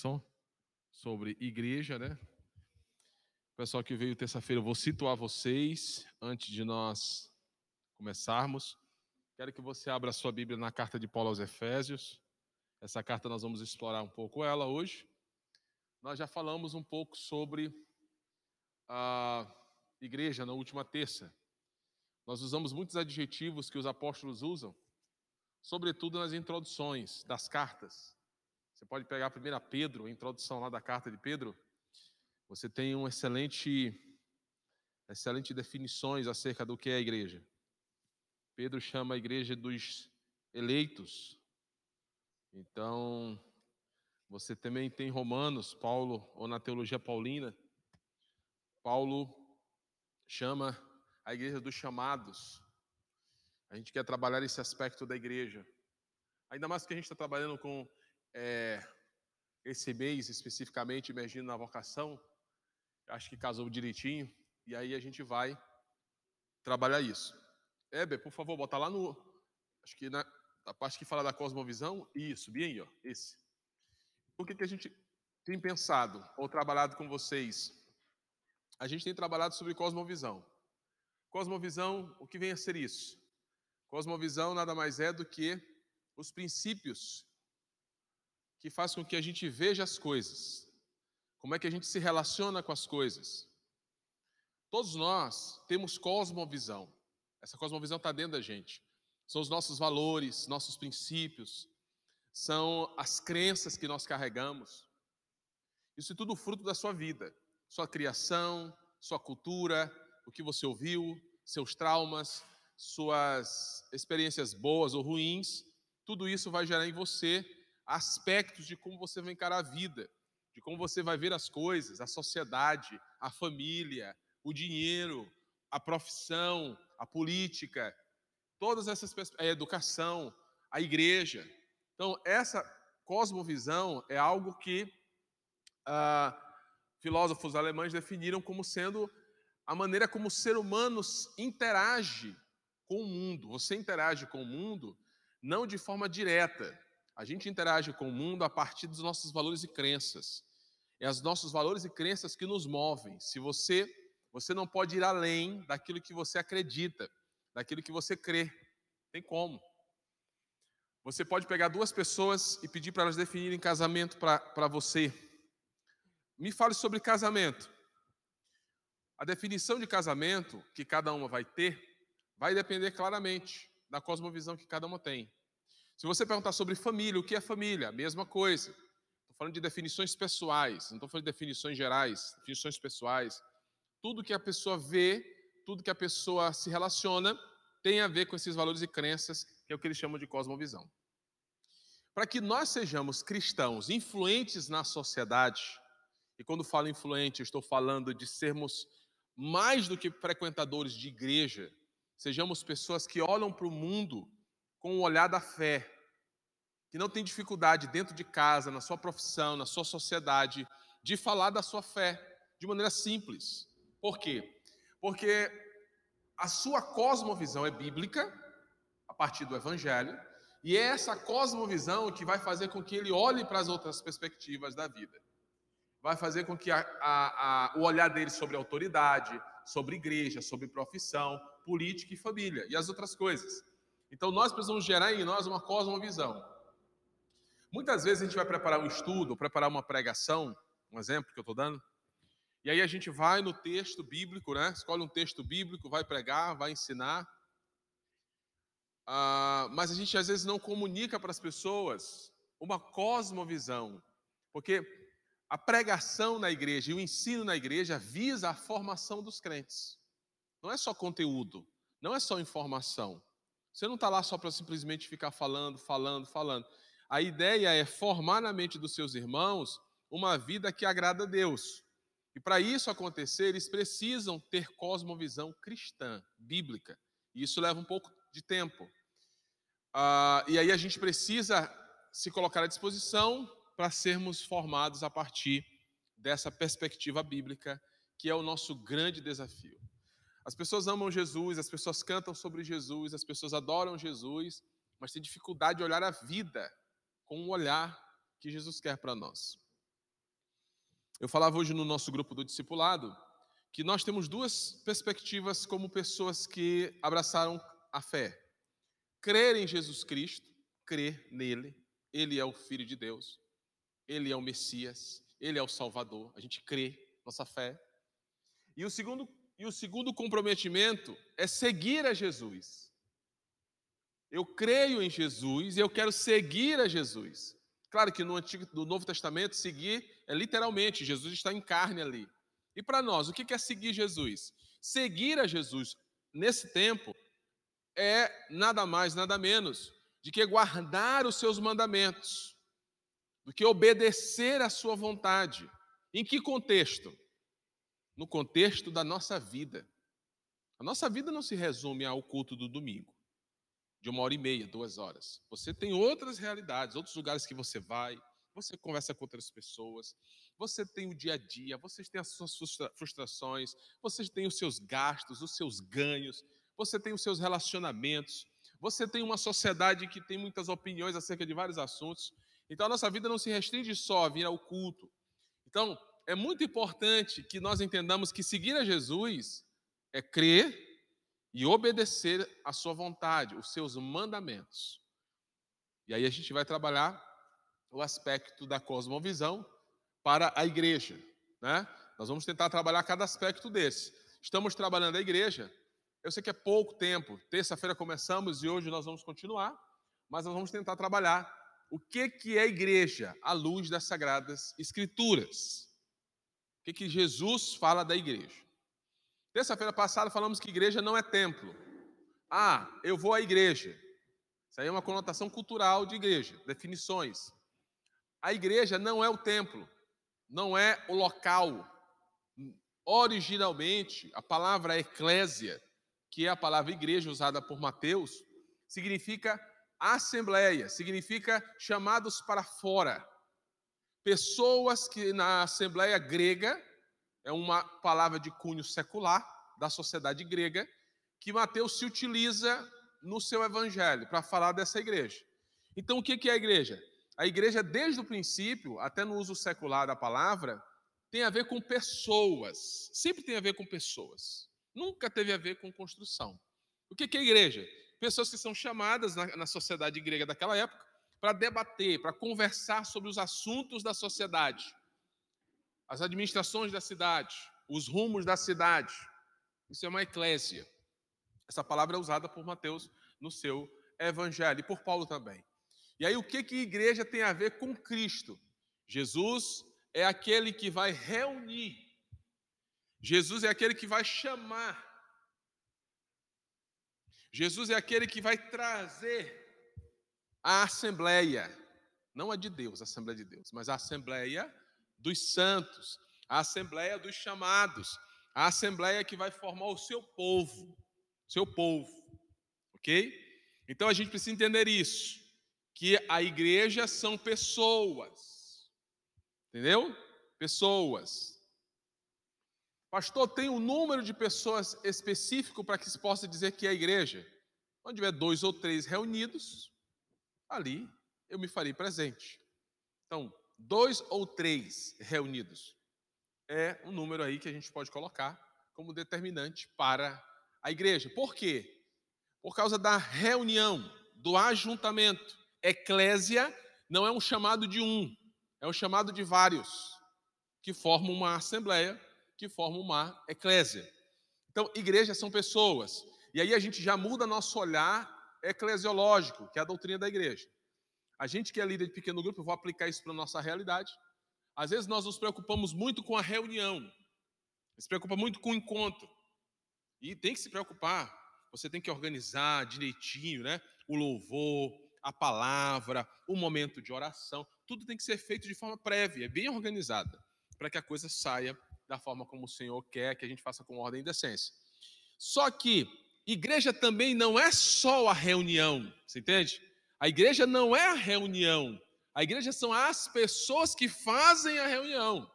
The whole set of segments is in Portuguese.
bênção sobre igreja, né? Pessoal que veio terça-feira, eu vou situar vocês antes de nós começarmos. Quero que você abra a sua Bíblia na carta de Paulo aos Efésios. Essa carta nós vamos explorar um pouco ela hoje. Nós já falamos um pouco sobre a igreja na última terça. Nós usamos muitos adjetivos que os apóstolos usam, sobretudo nas introduções das cartas. Você pode pegar a 1 Pedro, a introdução lá da carta de Pedro. Você tem excelente definições acerca do que é a igreja. Pedro chama a igreja dos eleitos. Então, você também tem Romanos, Paulo, ou na teologia paulina, Paulo chama a igreja dos chamados. A gente quer trabalhar esse aspecto da igreja. Ainda mais que a gente está trabalhando com esse mês, especificamente, Emergindo na Vocação. Acho que casou direitinho. E aí a gente vai trabalhar isso. Heber, por favor, bota lá no... Acho que na parte que fala da cosmovisão. Isso, bem aí, ó, esse. O que a gente tem pensado ou trabalhado com vocês? A gente tem trabalhado sobre cosmovisão. Cosmovisão, o que vem a ser isso? Cosmovisão nada mais é do que os princípios que faz com que a gente veja as coisas. Como é que a gente se relaciona com as coisas. Todos nós temos cosmovisão. Essa cosmovisão está dentro da gente. São os nossos valores, nossos princípios, são as crenças que nós carregamos. Isso é tudo fruto da sua vida, sua criação, sua cultura, o que você ouviu, seus traumas, suas experiências boas ou ruins. Tudo isso vai gerar em você aspectos de como você vai encarar a vida, de como você vai ver as coisas, a sociedade, a família, o dinheiro, a profissão, a política, todas essas a educação, a igreja. Então, essa cosmovisão é algo que filósofos alemães definiram como sendo a maneira como o ser humano interage com o mundo. Você interage com o mundo não de forma direta. A gente interage com o mundo a partir dos nossos valores e crenças. É os nossos valores e crenças que nos movem. Se você não pode ir além daquilo que você acredita, daquilo que você crê. Tem como. Você pode pegar duas pessoas e pedir para elas definirem casamento para você. Me fale sobre casamento. A definição de casamento que cada uma vai ter vai depender claramente da cosmovisão que cada uma tem. Se você perguntar sobre família, o que é família? A mesma coisa. Estou falando de definições pessoais, não estou falando de definições gerais, definições pessoais. Tudo que a pessoa vê, tudo que a pessoa se relaciona, tem a ver com esses valores e crenças, que é o que eles chamam de cosmovisão. Para que nós sejamos cristãos influentes na sociedade, e quando falo influente, eu estou falando de sermos mais do que frequentadores de igreja, sejamos pessoas que olham para o mundo com o olhar da fé, que não tem dificuldade dentro de casa, na sua profissão, na sua sociedade, de falar da sua fé de maneira simples. Por quê? Porque a sua cosmovisão é bíblica, a partir do Evangelho, e é essa cosmovisão que vai fazer com que ele olhe para as outras perspectivas da vida. Vai fazer com que o olhar dele sobre autoridade, sobre igreja, sobre profissão, política e família, e as outras coisas. Então, nós precisamos gerar em nós uma cosmovisão. Muitas vezes a gente vai preparar um estudo, preparar uma pregação, um exemplo que eu estou dando, e aí a gente vai no texto bíblico, né? Escolhe um texto bíblico, vai pregar, vai ensinar, mas a gente às vezes não comunica para as pessoas uma cosmovisão, porque a pregação na igreja e o ensino na igreja visa a formação dos crentes. Não é só conteúdo, não é só informação. Você não está lá só para simplesmente ficar falando. A ideia é formar na mente dos seus irmãos uma vida que agrada a Deus. E para isso acontecer, eles precisam ter cosmovisão cristã, bíblica. E isso leva um pouco de tempo. E aí a gente precisa se colocar à disposição para sermos formados a partir dessa perspectiva bíblica, que é o nosso grande desafio. As pessoas amam Jesus, as pessoas cantam sobre Jesus, as pessoas adoram Jesus, mas têm dificuldade de olhar a vida com o olhar que Jesus quer para nós. Eu falava hoje no nosso grupo do discipulado que nós temos duas perspectivas como pessoas que abraçaram a fé. Crer em Jesus Cristo, crer nele, ele é o Filho de Deus, ele é o Messias, ele é o Salvador, a gente crê, nossa fé. E o segundo comprometimento é seguir a Jesus. Eu creio em Jesus e eu quero seguir a Jesus. Claro que no Novo Testamento, seguir é literalmente, Jesus está em carne ali. E para nós, o que é seguir Jesus? Seguir a Jesus, nesse tempo, é nada mais, nada menos de que guardar os seus mandamentos, do que obedecer à sua vontade. Em que contexto? No contexto da nossa vida. A nossa vida não se resume ao culto do domingo, de 1h30, 2 horas. Você tem outras realidades, outros lugares que você vai, você conversa com outras pessoas, você tem o dia a dia, vocês têm as suas frustrações, vocês têm os seus gastos, os seus ganhos, você tem os seus relacionamentos, você tem uma sociedade que tem muitas opiniões acerca de vários assuntos. Então a nossa vida não se restringe só a vir ao culto. Então, é muito importante que nós entendamos que seguir a Jesus é crer e obedecer à sua vontade, os seus mandamentos. E aí a gente vai trabalhar o aspecto da cosmovisão para a igreja, né? Nós vamos tentar trabalhar cada aspecto desse. Estamos trabalhando a igreja, eu sei que é pouco tempo, terça-feira começamos e hoje nós vamos continuar, mas nós vamos tentar trabalhar o que é a igreja à luz das Sagradas Escrituras. O que Jesus fala da igreja. Terça-feira passada falamos que igreja não é templo. Ah, eu vou à igreja. Isso aí é uma conotação cultural de igreja, definições. A igreja não é o templo, não é o local. Originalmente, a palavra eclésia, que é a palavra igreja usada por Mateus, significa assembleia, significa chamados para fora. Pessoas que na assembleia grega, é uma palavra de cunho secular da sociedade grega, que Mateus se utiliza no seu evangelho para falar dessa igreja. Então, o que é a igreja? A igreja, desde o princípio, até no uso secular da palavra, tem a ver com pessoas. Sempre tem a ver com pessoas. Nunca teve a ver com construção. O que é a igreja? Pessoas que são chamadas na sociedade grega daquela época para debater, para conversar sobre os assuntos da sociedade, as administrações da cidade, os rumos da cidade. Isso é uma eclésia. Essa palavra é usada por Mateus no seu evangelho e por Paulo também. E aí o que a igreja tem a ver com Cristo? Jesus é aquele que vai reunir. Jesus é aquele que vai chamar. Jesus é aquele que vai trazer a assembleia, não a de Deus, a Assembleia de Deus, mas a Assembleia dos santos, a Assembleia dos chamados, a Assembleia que vai formar o seu povo, ok? Então a gente precisa entender isso, que a igreja são pessoas, entendeu? Pessoas. Pastor, tem um número de pessoas específico para que se possa dizer que é a igreja? Onde tiver 2 ou 3 reunidos, ali eu me farei presente. Então, 2 ou 3 reunidos é um número aí que a gente pode colocar como determinante para a igreja. Por quê? Por causa da reunião, do ajuntamento. Eclésia não é um chamado de um, é um chamado de vários, que formam uma assembleia, que formam uma eclésia. Então, igrejas são pessoas. E aí a gente já muda nosso olhar eclesiológico, que é a doutrina da igreja. A gente que é líder de pequeno grupo, eu vou aplicar isso para a nossa realidade. Às vezes nós nos preocupamos muito com a reunião, se preocupa muito com o encontro. E tem que se preocupar, você tem que organizar direitinho, né? O louvor, a palavra, o momento de oração, tudo tem que ser feito de forma prévia, bem organizada, para que a coisa saia da forma como o Senhor quer, que a gente faça com ordem e decência. Só que igreja também não é só a reunião, você entende? A igreja não é a reunião, a igreja são as pessoas que fazem a reunião.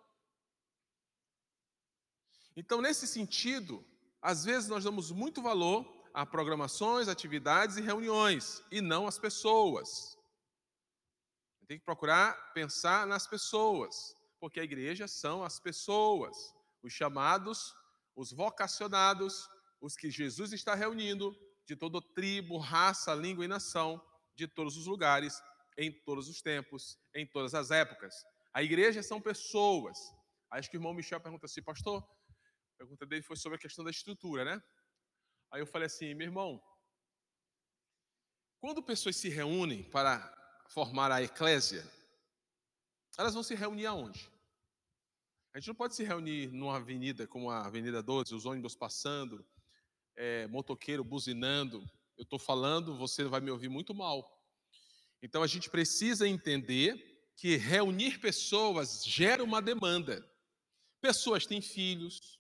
Então, nesse sentido, às vezes nós damos muito valor a programações, atividades e reuniões, e não às pessoas. Tem que procurar pensar nas pessoas, Porque a igreja são as pessoas, os chamados, os vocacionados, os que Jesus está reunindo de toda tribo, raça, língua e nação, de todos os lugares, em todos os tempos, em todas as épocas. A igreja são pessoas. Acho que o irmão Michel pergunta assim, pastor, a pergunta dele foi sobre a questão da estrutura, né? Aí eu falei assim, meu irmão, quando pessoas se reúnem para formar a eclésia, elas vão se reunir aonde? A gente não pode se reunir numa avenida como a Avenida 12, os ônibus passando, motoqueiro buzinando. Eu estou falando, você vai me ouvir muito mal. Então a gente precisa entender que reunir pessoas gera uma demanda. Pessoas têm filhos,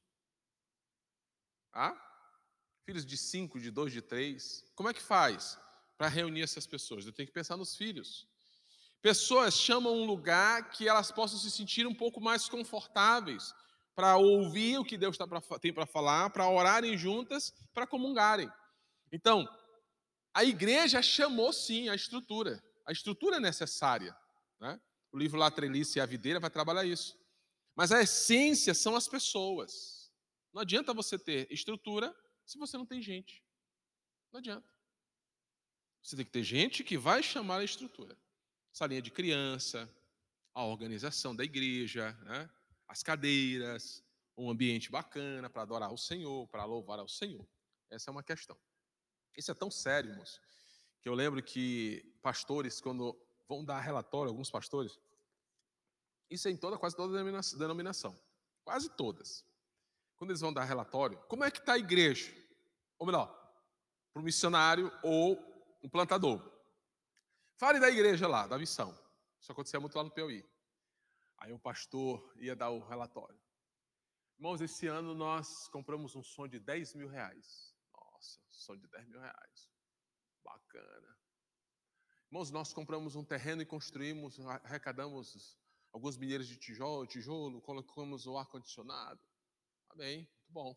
tá? Filhos de 5, de 2, de 3. Como é que faz para reunir essas pessoas? Eu tenho que pensar nos filhos. Pessoas chamam um lugar que elas possam se sentir um pouco mais confortáveis para ouvir o que Deus tem para falar, para orarem juntas, para comungarem. Então, a igreja chamou sim a estrutura. A estrutura é necessária, né? O livro La Trelice e a Videira vai trabalhar isso. Mas a essência são as pessoas. Não adianta você ter estrutura se você não tem gente. Não adianta. Você tem que ter gente que vai chamar a estrutura. Salinha de criança, a organização da igreja, né? As cadeiras, um ambiente bacana para adorar o Senhor, para louvar ao Senhor. Essa é uma questão. Isso é tão sério, irmãos, que eu lembro que pastores, quando vão dar relatório, alguns pastores, isso é em quase toda denominação, quase todas. Quando eles vão dar relatório, como é que está a igreja? Ou melhor, para o missionário ou um plantador. Fale da igreja lá, da missão. Isso acontecia muito lá no Piauí. Aí o pastor ia dar o relatório. Irmãos, esse ano nós compramos um som de 10 mil reais. Nossa, som de 10 mil reais. Bacana. Irmãos, nós compramos um terreno e construímos, arrecadamos alguns milheiros de tijolo, colocamos o ar-condicionado. Tá bem, muito bom.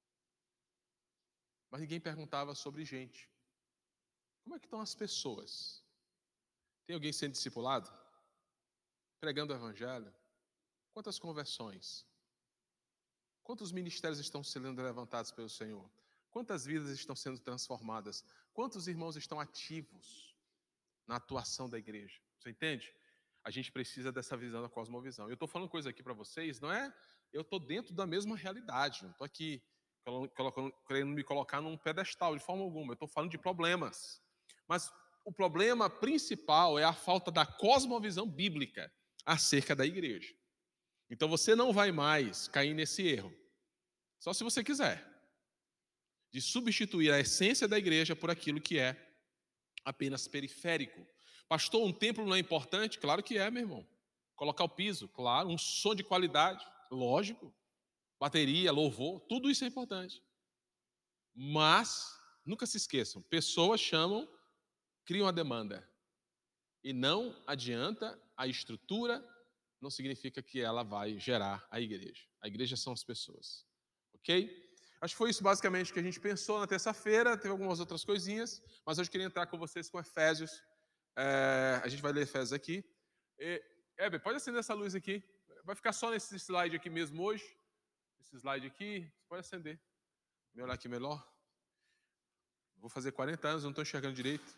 Mas ninguém perguntava sobre gente. Como é que estão as pessoas? Tem alguém sendo discipulado? Pregando o evangelho? Quantas conversões? Quantos ministérios estão sendo levantados pelo Senhor? Quantas vidas estão sendo transformadas? Quantos irmãos estão ativos na atuação da igreja? Você entende? A gente precisa dessa visão da cosmovisão. Eu estou falando coisa aqui para vocês, não é? Eu estou dentro da mesma realidade. Não estou aqui querendo me colocar num pedestal de forma alguma. Eu estou falando de problemas. Mas o problema principal é a falta da cosmovisão bíblica acerca da igreja. Então você não vai mais cair nesse erro. Só se você quiser. De substituir a essência da igreja por aquilo que é apenas periférico. Pastor, um templo não é importante? Claro que é, meu irmão. Colocar o piso, claro. Um som de qualidade, lógico. Bateria, louvor, tudo isso é importante. Mas, nunca se esqueçam, pessoas chamam, criam a demanda. E não adianta a estrutura, não significa que ela vai gerar a igreja. A igreja são as pessoas. Ok? Acho que foi isso basicamente que a gente pensou na terça-feira. Teve algumas outras coisinhas, mas hoje eu queria entrar com vocês com Efésios. A gente vai ler Efésios aqui. Heber, pode acender essa luz aqui. Vai ficar só nesse slide aqui mesmo hoje. Esse slide aqui, pode acender. Vou olhar aqui melhor. Vou fazer 40 anos, não estou enxergando direito.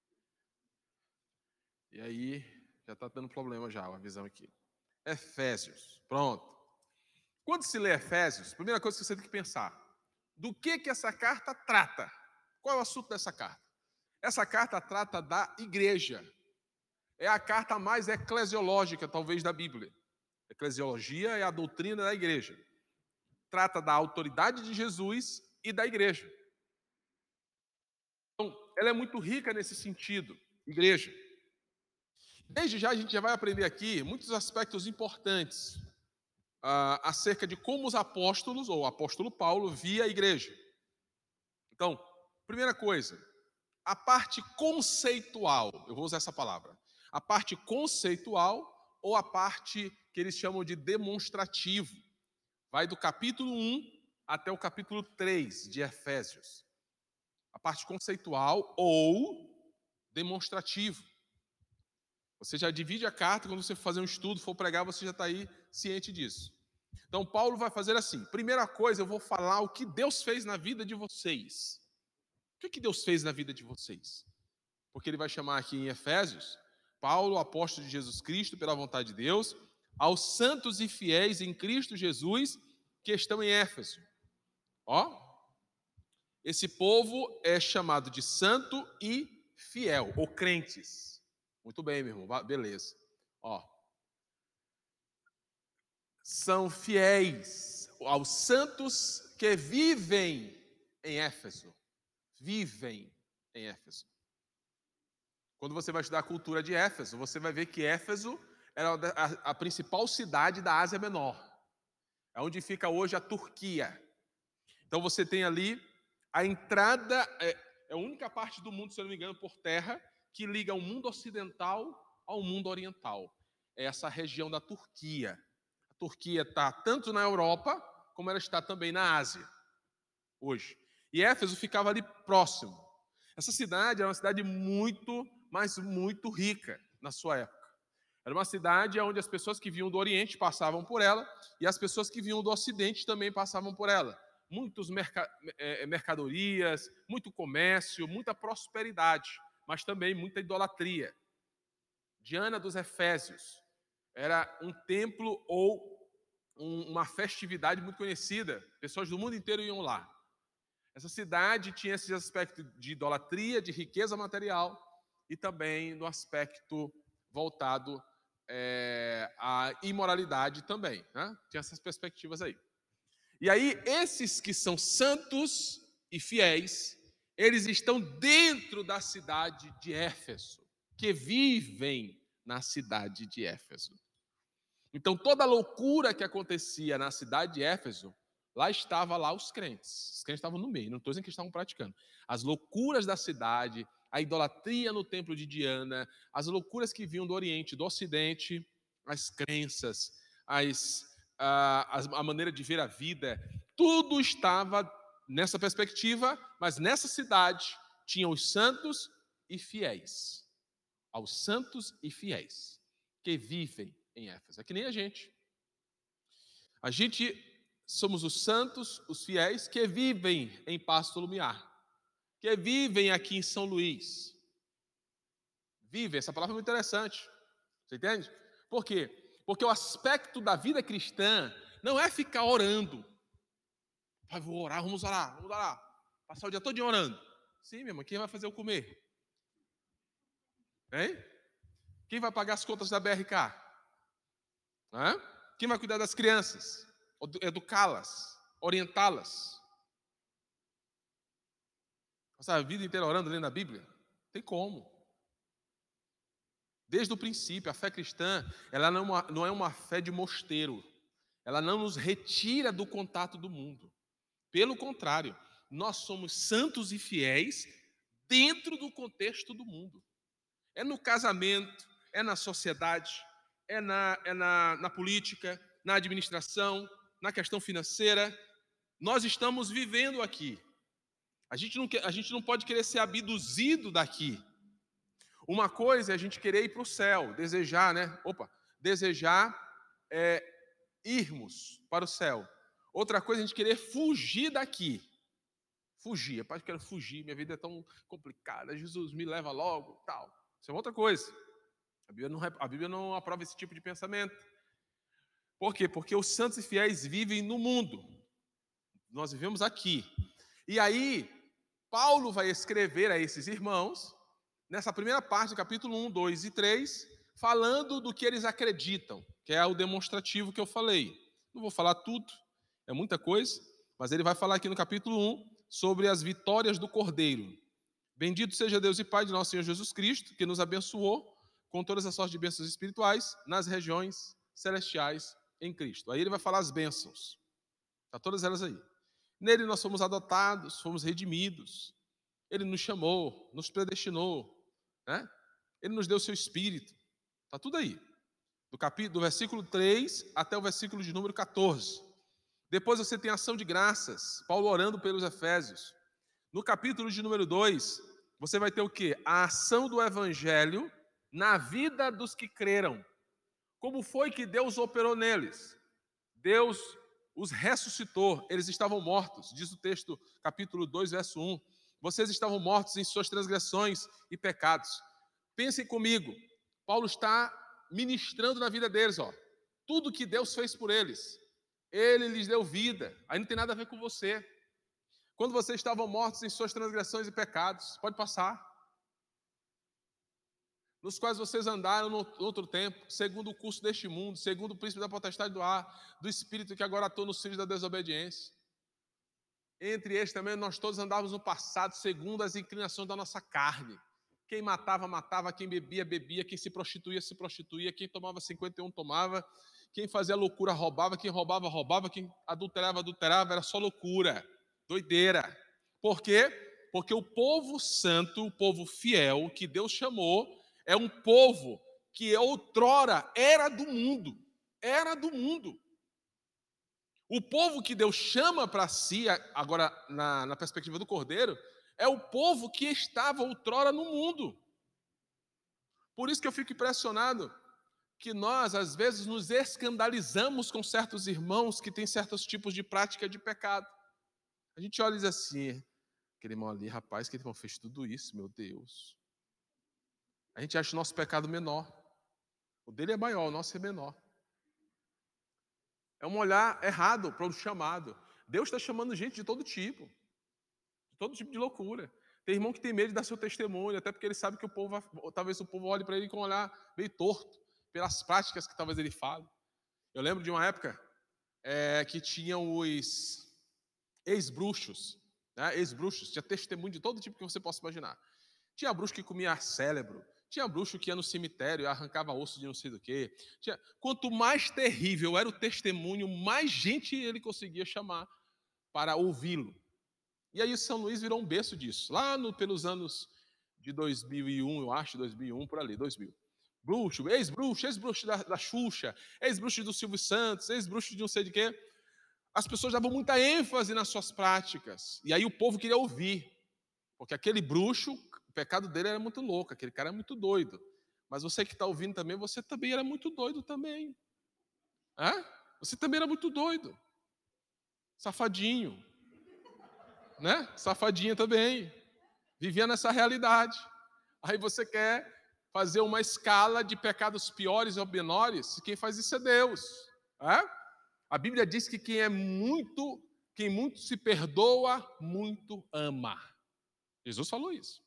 E aí, já está dando problema já a visão aqui. Efésios, pronto. Quando se lê Efésios, primeira coisa que você tem que pensar, do que essa carta trata? Qual é o assunto dessa carta? Essa carta trata da igreja. É a carta mais eclesiológica, talvez, da Bíblia. Eclesiologia é a doutrina da igreja. Trata da autoridade de Jesus e da igreja. Então, ela é muito rica nesse sentido, igreja. Desde já a gente já vai aprender aqui muitos aspectos importantes acerca de como os apóstolos, ou o apóstolo Paulo, via a igreja. Então, primeira coisa, a parte conceitual, eu vou usar essa palavra, a parte conceitual ou a parte que eles chamam de demonstrativo. Vai do capítulo 1 até o capítulo 3 de Efésios. A parte conceitual ou demonstrativo. Você já divide a carta, quando você for fazer um estudo, for pregar, você já está aí ciente disso. Então, Paulo vai fazer assim. Primeira coisa, eu vou falar o que Deus fez na vida de vocês. O que Deus fez na vida de vocês? Porque ele vai chamar aqui em Efésios, Paulo, apóstolo de Jesus Cristo, pela vontade de Deus, aos santos e fiéis em Cristo Jesus que estão em Éfeso. Ó, esse povo é chamado de santo e fiel, ou crentes. Muito bem, meu irmão, beleza. Ó, são fiéis aos santos que vivem em Éfeso. Vivem em Éfeso. Quando você vai estudar a cultura de Éfeso, você vai ver que Éfeso era a principal cidade da Ásia Menor. É onde fica hoje a Turquia. Então você tem ali a entrada, é a única parte do mundo, se eu não me engano, por terra, que liga o mundo ocidental ao mundo oriental. É essa região da Turquia. A Turquia está tanto na Europa, como ela está também na Ásia, hoje. E Éfeso ficava ali próximo. Essa cidade era uma cidade muito, mas muito rica na sua época. Era uma cidade onde as pessoas que vinham do Oriente passavam por ela e as pessoas que vinham do Ocidente também passavam por ela. Muitas mercadorias, muito comércio, muita prosperidade, mas também muita idolatria. Diana dos Efésios era um templo ou uma festividade muito conhecida. Pessoas do mundo inteiro iam lá. Essa cidade tinha esse aspecto de idolatria, de riqueza material e também no aspecto voltado à imoralidade também. Né? Tinha essas perspectivas aí. E aí, esses que são santos e fiéis, eles estão dentro da cidade de Éfeso, que vivem na cidade de Éfeso. Então, toda a loucura que acontecia na cidade de Éfeso, lá estavam os crentes. Os crentes estavam no meio, não estou dizendo que estavam praticando. As loucuras da cidade, a idolatria no templo de Diana, as loucuras que vinham do Oriente, do Ocidente, as crenças, a maneira de ver a vida, tudo estava nessa perspectiva, mas nessa cidade tinham os santos e fiéis. Aos santos e fiéis que vivem em Éfeso. É que nem a gente. A gente somos os santos, os fiéis, que vivem em Pasto Lumiar, que vivem aqui em São Luís. Vivem, essa palavra é muito interessante. Você entende? Por quê? Porque o aspecto da vida cristã não é ficar orando. Pai, vou orar, vamos orar. Passar o dia todo orando. Sim, meu irmão, quem vai fazer eu comer? Hein? Quem vai pagar as contas da BRK? Hã? Quem vai cuidar das crianças? Educá-las? Orientá-las? Passar a vida inteira orando, lendo a Bíblia? Tem como. Desde o princípio, a fé cristã, ela não é uma fé de mosteiro. Ela não nos retira do contato do mundo. Pelo contrário, nós somos santos e fiéis dentro do contexto do mundo. É no casamento, é na sociedade, é na política, na administração, na questão financeira. Nós estamos vivendo aqui. A gente não pode querer ser abduzido daqui. Uma coisa é a gente querer ir para o céu, desejar, né? Desejar irmos para o céu. Outra coisa é a gente querer fugir daqui. Fugir, pai, eu quero fugir, minha vida é tão complicada, Jesus me leva logo, tal. Isso é outra coisa. A Bíblia não aprova esse tipo de pensamento. Por quê? Porque os santos e fiéis vivem no mundo. Nós vivemos aqui. E aí, Paulo vai escrever a esses irmãos, nessa primeira parte do capítulo 1, 2 e 3, falando do que eles acreditam, que é o demonstrativo que eu falei. Não vou falar tudo, é muita coisa, mas ele vai falar aqui no capítulo 1 sobre as vitórias do Cordeiro. Bendito seja Deus e Pai de nosso Senhor Jesus Cristo, que nos abençoou com todas as sortes de bênçãos espirituais nas regiões celestiais em Cristo. Aí ele vai falar as bênçãos. Está todas elas aí. Nele nós fomos adotados, fomos redimidos. Ele nos chamou, nos predestinou, né? Ele nos deu o seu Espírito. Está tudo aí. Do versículo 3 até o versículo de número 14. Depois você tem a ação de graças, Paulo orando pelos Efésios. No capítulo de número 2, você vai ter o quê? A ação do Evangelho na vida dos que creram. Como foi que Deus operou neles? Deus os ressuscitou, eles estavam mortos, diz o texto, capítulo 2, verso 1. Vocês estavam mortos em suas transgressões e pecados. Pensem comigo, Paulo está ministrando na vida deles, tudo que Deus fez por eles. Ele lhes deu vida, aí não tem nada a ver com você. Quando vocês estavam mortos em suas transgressões e pecados, pode passar, nos quais vocês andaram no outro tempo, segundo o curso deste mundo, segundo o príncipe da potestade do ar, do espírito que agora atua nos filhos da desobediência. Entre eles também nós todos andávamos no passado, segundo as inclinações da nossa carne. Quem matava, matava, quem bebia, bebia, quem se prostituía, quem tomava 51 tomava, quem fazia loucura roubava, quem roubava, roubava, quem adulterava, adulterava, era só loucura, doideira. Por quê? Porque o povo santo, o povo fiel que Deus chamou, é um povo que outrora era do mundo. Era do mundo. O povo que Deus chama para si, agora na perspectiva do Cordeiro, é o povo que estava outrora no mundo. Por isso que eu fico impressionado que nós, às vezes, nos escandalizamos com certos irmãos que têm certos tipos de prática de pecado. A gente olha e diz assim, aquele irmão ali, rapaz, que irmão fez tudo isso, meu Deus. A gente acha o nosso pecado menor. O dele é maior, o nosso é menor. É um olhar errado para o chamado. Deus está chamando gente de todo tipo de loucura. Tem irmão que tem medo de dar seu testemunho, até porque ele sabe que talvez o povo olhe para ele com um olhar meio torto, pelas práticas que talvez ele fale. Eu lembro de uma época que tinham os ex-bruxos, né? Ex-bruxos, tinha testemunho de todo tipo que você possa imaginar. Tinha bruxo que comia cérebro, tinha bruxo que ia no cemitério e arrancava osso de não sei do quê. Quanto mais terrível era o testemunho, mais gente ele conseguia chamar para ouvi-lo. E aí o São Luís virou um berço disso, pelos anos de 2001, eu acho, 2001, por ali, 2000. Bruxo, ex-bruxo da Xuxa, ex-bruxo do Silvio Santos, ex-bruxo de não sei de quê. As pessoas davam muita ênfase nas suas práticas. E aí o povo queria ouvir. Porque aquele bruxo, o pecado dele era muito louco, aquele cara é muito doido. Mas você que está ouvindo também, você também era muito doido também. Você também era muito doido. Safadinho. Né? Safadinha também. Vivia nessa realidade. Aí você quer fazer uma escala de pecados piores ou menores, quem faz isso é Deus. A Bíblia diz que quem muito se perdoa, muito ama. Jesus falou isso.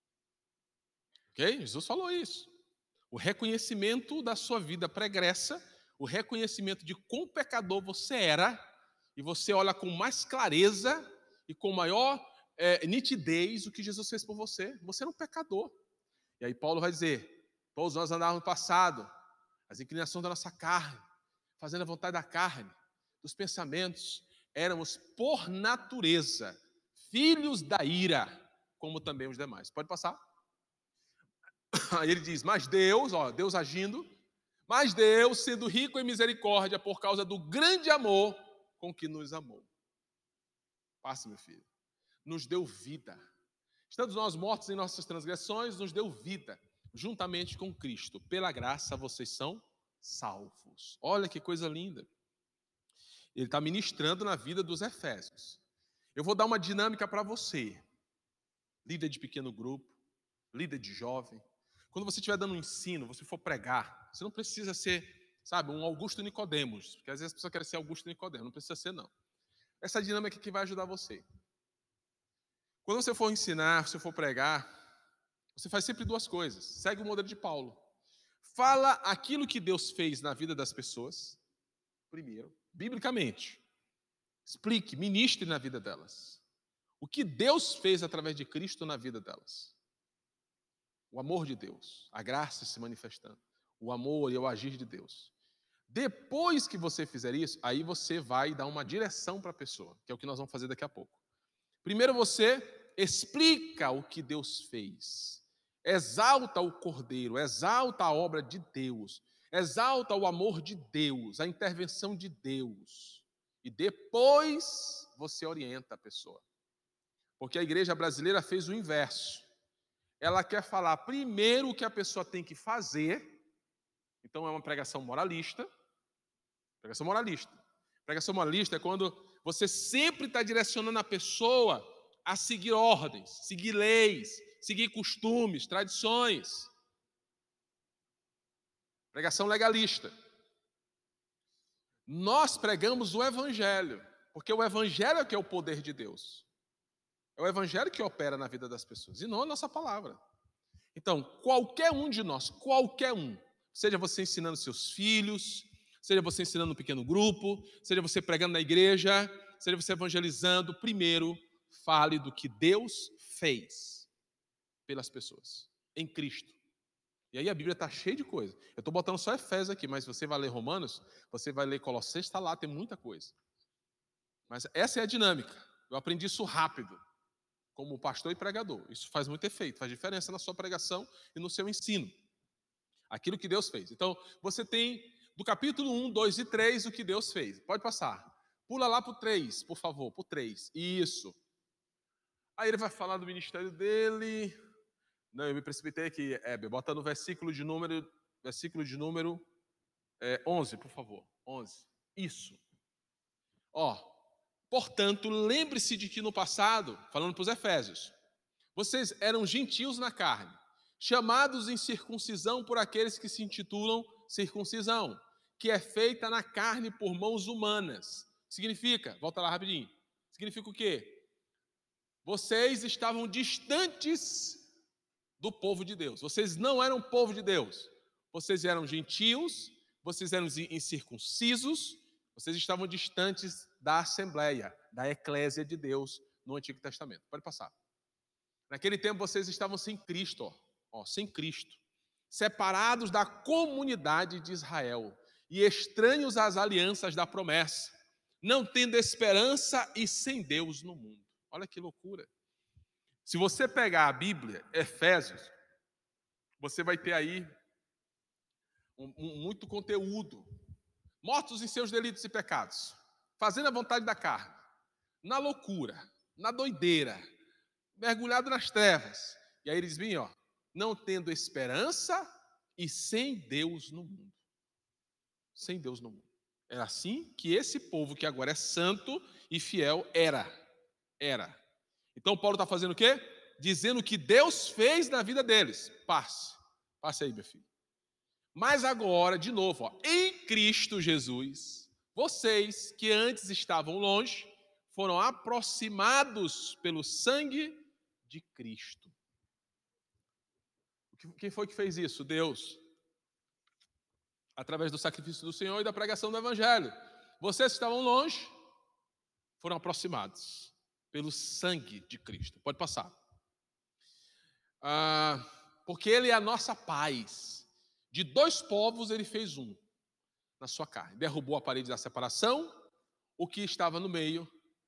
Ok? Jesus falou isso. O reconhecimento da sua vida pregressa, o reconhecimento de quão pecador você era, e você olha com mais clareza e com maior nitidez o que Jesus fez por você. Você era um pecador. E aí Paulo vai dizer, todos nós andávamos no passado, as inclinações da nossa carne, fazendo a vontade da carne, dos pensamentos, éramos por natureza filhos da ira, como também os demais. Pode passar? Aí ele diz, mas Deus, Deus agindo, mas Deus, sendo rico em misericórdia, por causa do grande amor com que nos amou. Passa, meu filho. Nos deu vida. Estando nós mortos em nossas transgressões, nos deu vida, juntamente com Cristo. Pela graça vocês são salvos. Olha que coisa linda. Ele está ministrando na vida dos Efésios. Eu vou dar uma dinâmica para você, líder de pequeno grupo, líder de jovem. Quando você estiver dando um ensino, você for pregar, você não precisa ser, um Augusto Nicodemos, porque às vezes as pessoas querem ser Augusto Nicodemos, não precisa ser, não. Essa dinâmica aqui vai ajudar você. Quando você for ensinar, se for pregar, você faz sempre duas coisas. Segue o modelo de Paulo. Fala aquilo que Deus fez na vida das pessoas, primeiro, biblicamente. Explique, ministre na vida delas. O que Deus fez através de Cristo na vida delas. O amor de Deus, a graça se manifestando. O amor e o agir de Deus. Depois que você fizer isso, aí você vai dar uma direção para a pessoa, que é o que nós vamos fazer daqui a pouco. Primeiro você explica o que Deus fez. Exalta o Cordeiro, exalta a obra de Deus, exalta o amor de Deus, a intervenção de Deus. E depois você orienta a pessoa. Porque a igreja brasileira fez o inverso. ela quer falar primeiro o que a pessoa tem que fazer. Então é uma pregação moralista. Pregação moralista. Pregação moralista é quando você sempre está direcionando a pessoa a seguir ordens, seguir leis, seguir costumes, tradições. Pregação legalista. Nós pregamos o Evangelho, porque o Evangelho é que é o poder de Deus. É o Evangelho que opera na vida das pessoas, e não a nossa palavra. Então, qualquer um de nós, qualquer um, seja você ensinando seus filhos, seja você ensinando um pequeno grupo, seja você pregando na igreja, seja você evangelizando, primeiro, fale do que Deus fez pelas pessoas, em Cristo. E aí a Bíblia está cheia de coisa. Eu estou botando só Efésios aqui, mas você vai ler Romanos, você vai ler Colossenses, está lá, tem muita coisa. Mas essa é a dinâmica. Eu aprendi isso rápido, como pastor e pregador. Isso faz muito efeito, faz diferença na sua pregação e no seu ensino. Aquilo que Deus fez. Então, você tem do capítulo 1, 2 e 3 o que Deus fez. Pode passar. Pula lá para o 3, por favor, para o 3. Isso. Aí ele vai falar do ministério dele. Não, eu me precipitei aqui, Heber. Bota no versículo de número 11, por favor. 11. Isso. Portanto, lembre-se de que no passado, falando para os Efésios, vocês eram gentios na carne, chamados em circuncisão por aqueles que se intitulam circuncisão, que é feita na carne por mãos humanas. Significa, volta lá rapidinho, significa o quê? Vocês estavam distantes do povo de Deus. Vocês não eram povo de Deus. Vocês eram gentios, vocês eram incircuncisos, vocês estavam distantes da assembleia, da eclésia de Deus no Antigo Testamento. Pode passar. Naquele tempo vocês estavam sem Cristo, sem Cristo, separados da comunidade de Israel e estranhos às alianças da promessa, não tendo esperança e sem Deus no mundo. Olha que loucura. Se você pegar a Bíblia, Efésios, você vai ter aí muito conteúdo. Mortos em seus delitos e pecados, fazendo a vontade da carne, na loucura, na doideira, mergulhado nas trevas. E aí eles vinham, não tendo esperança e sem Deus no mundo. Sem Deus no mundo. Era assim que esse povo, que agora é santo e fiel, era. Então Paulo está fazendo o quê? Dizendo o que Deus fez na vida deles. Passe aí, meu filho. Mas agora, de novo, em Cristo Jesus, vocês que antes estavam longe, foram aproximados pelo sangue de Cristo. Quem foi que fez isso? Deus. Através do sacrifício do Senhor e da pregação do Evangelho. Vocês que estavam longe, foram aproximados pelo sangue de Cristo. Pode passar. Porque Ele é a nossa paz. De dois povos ele fez um na sua carne. Derrubou a parede da separação, o que estava no meio,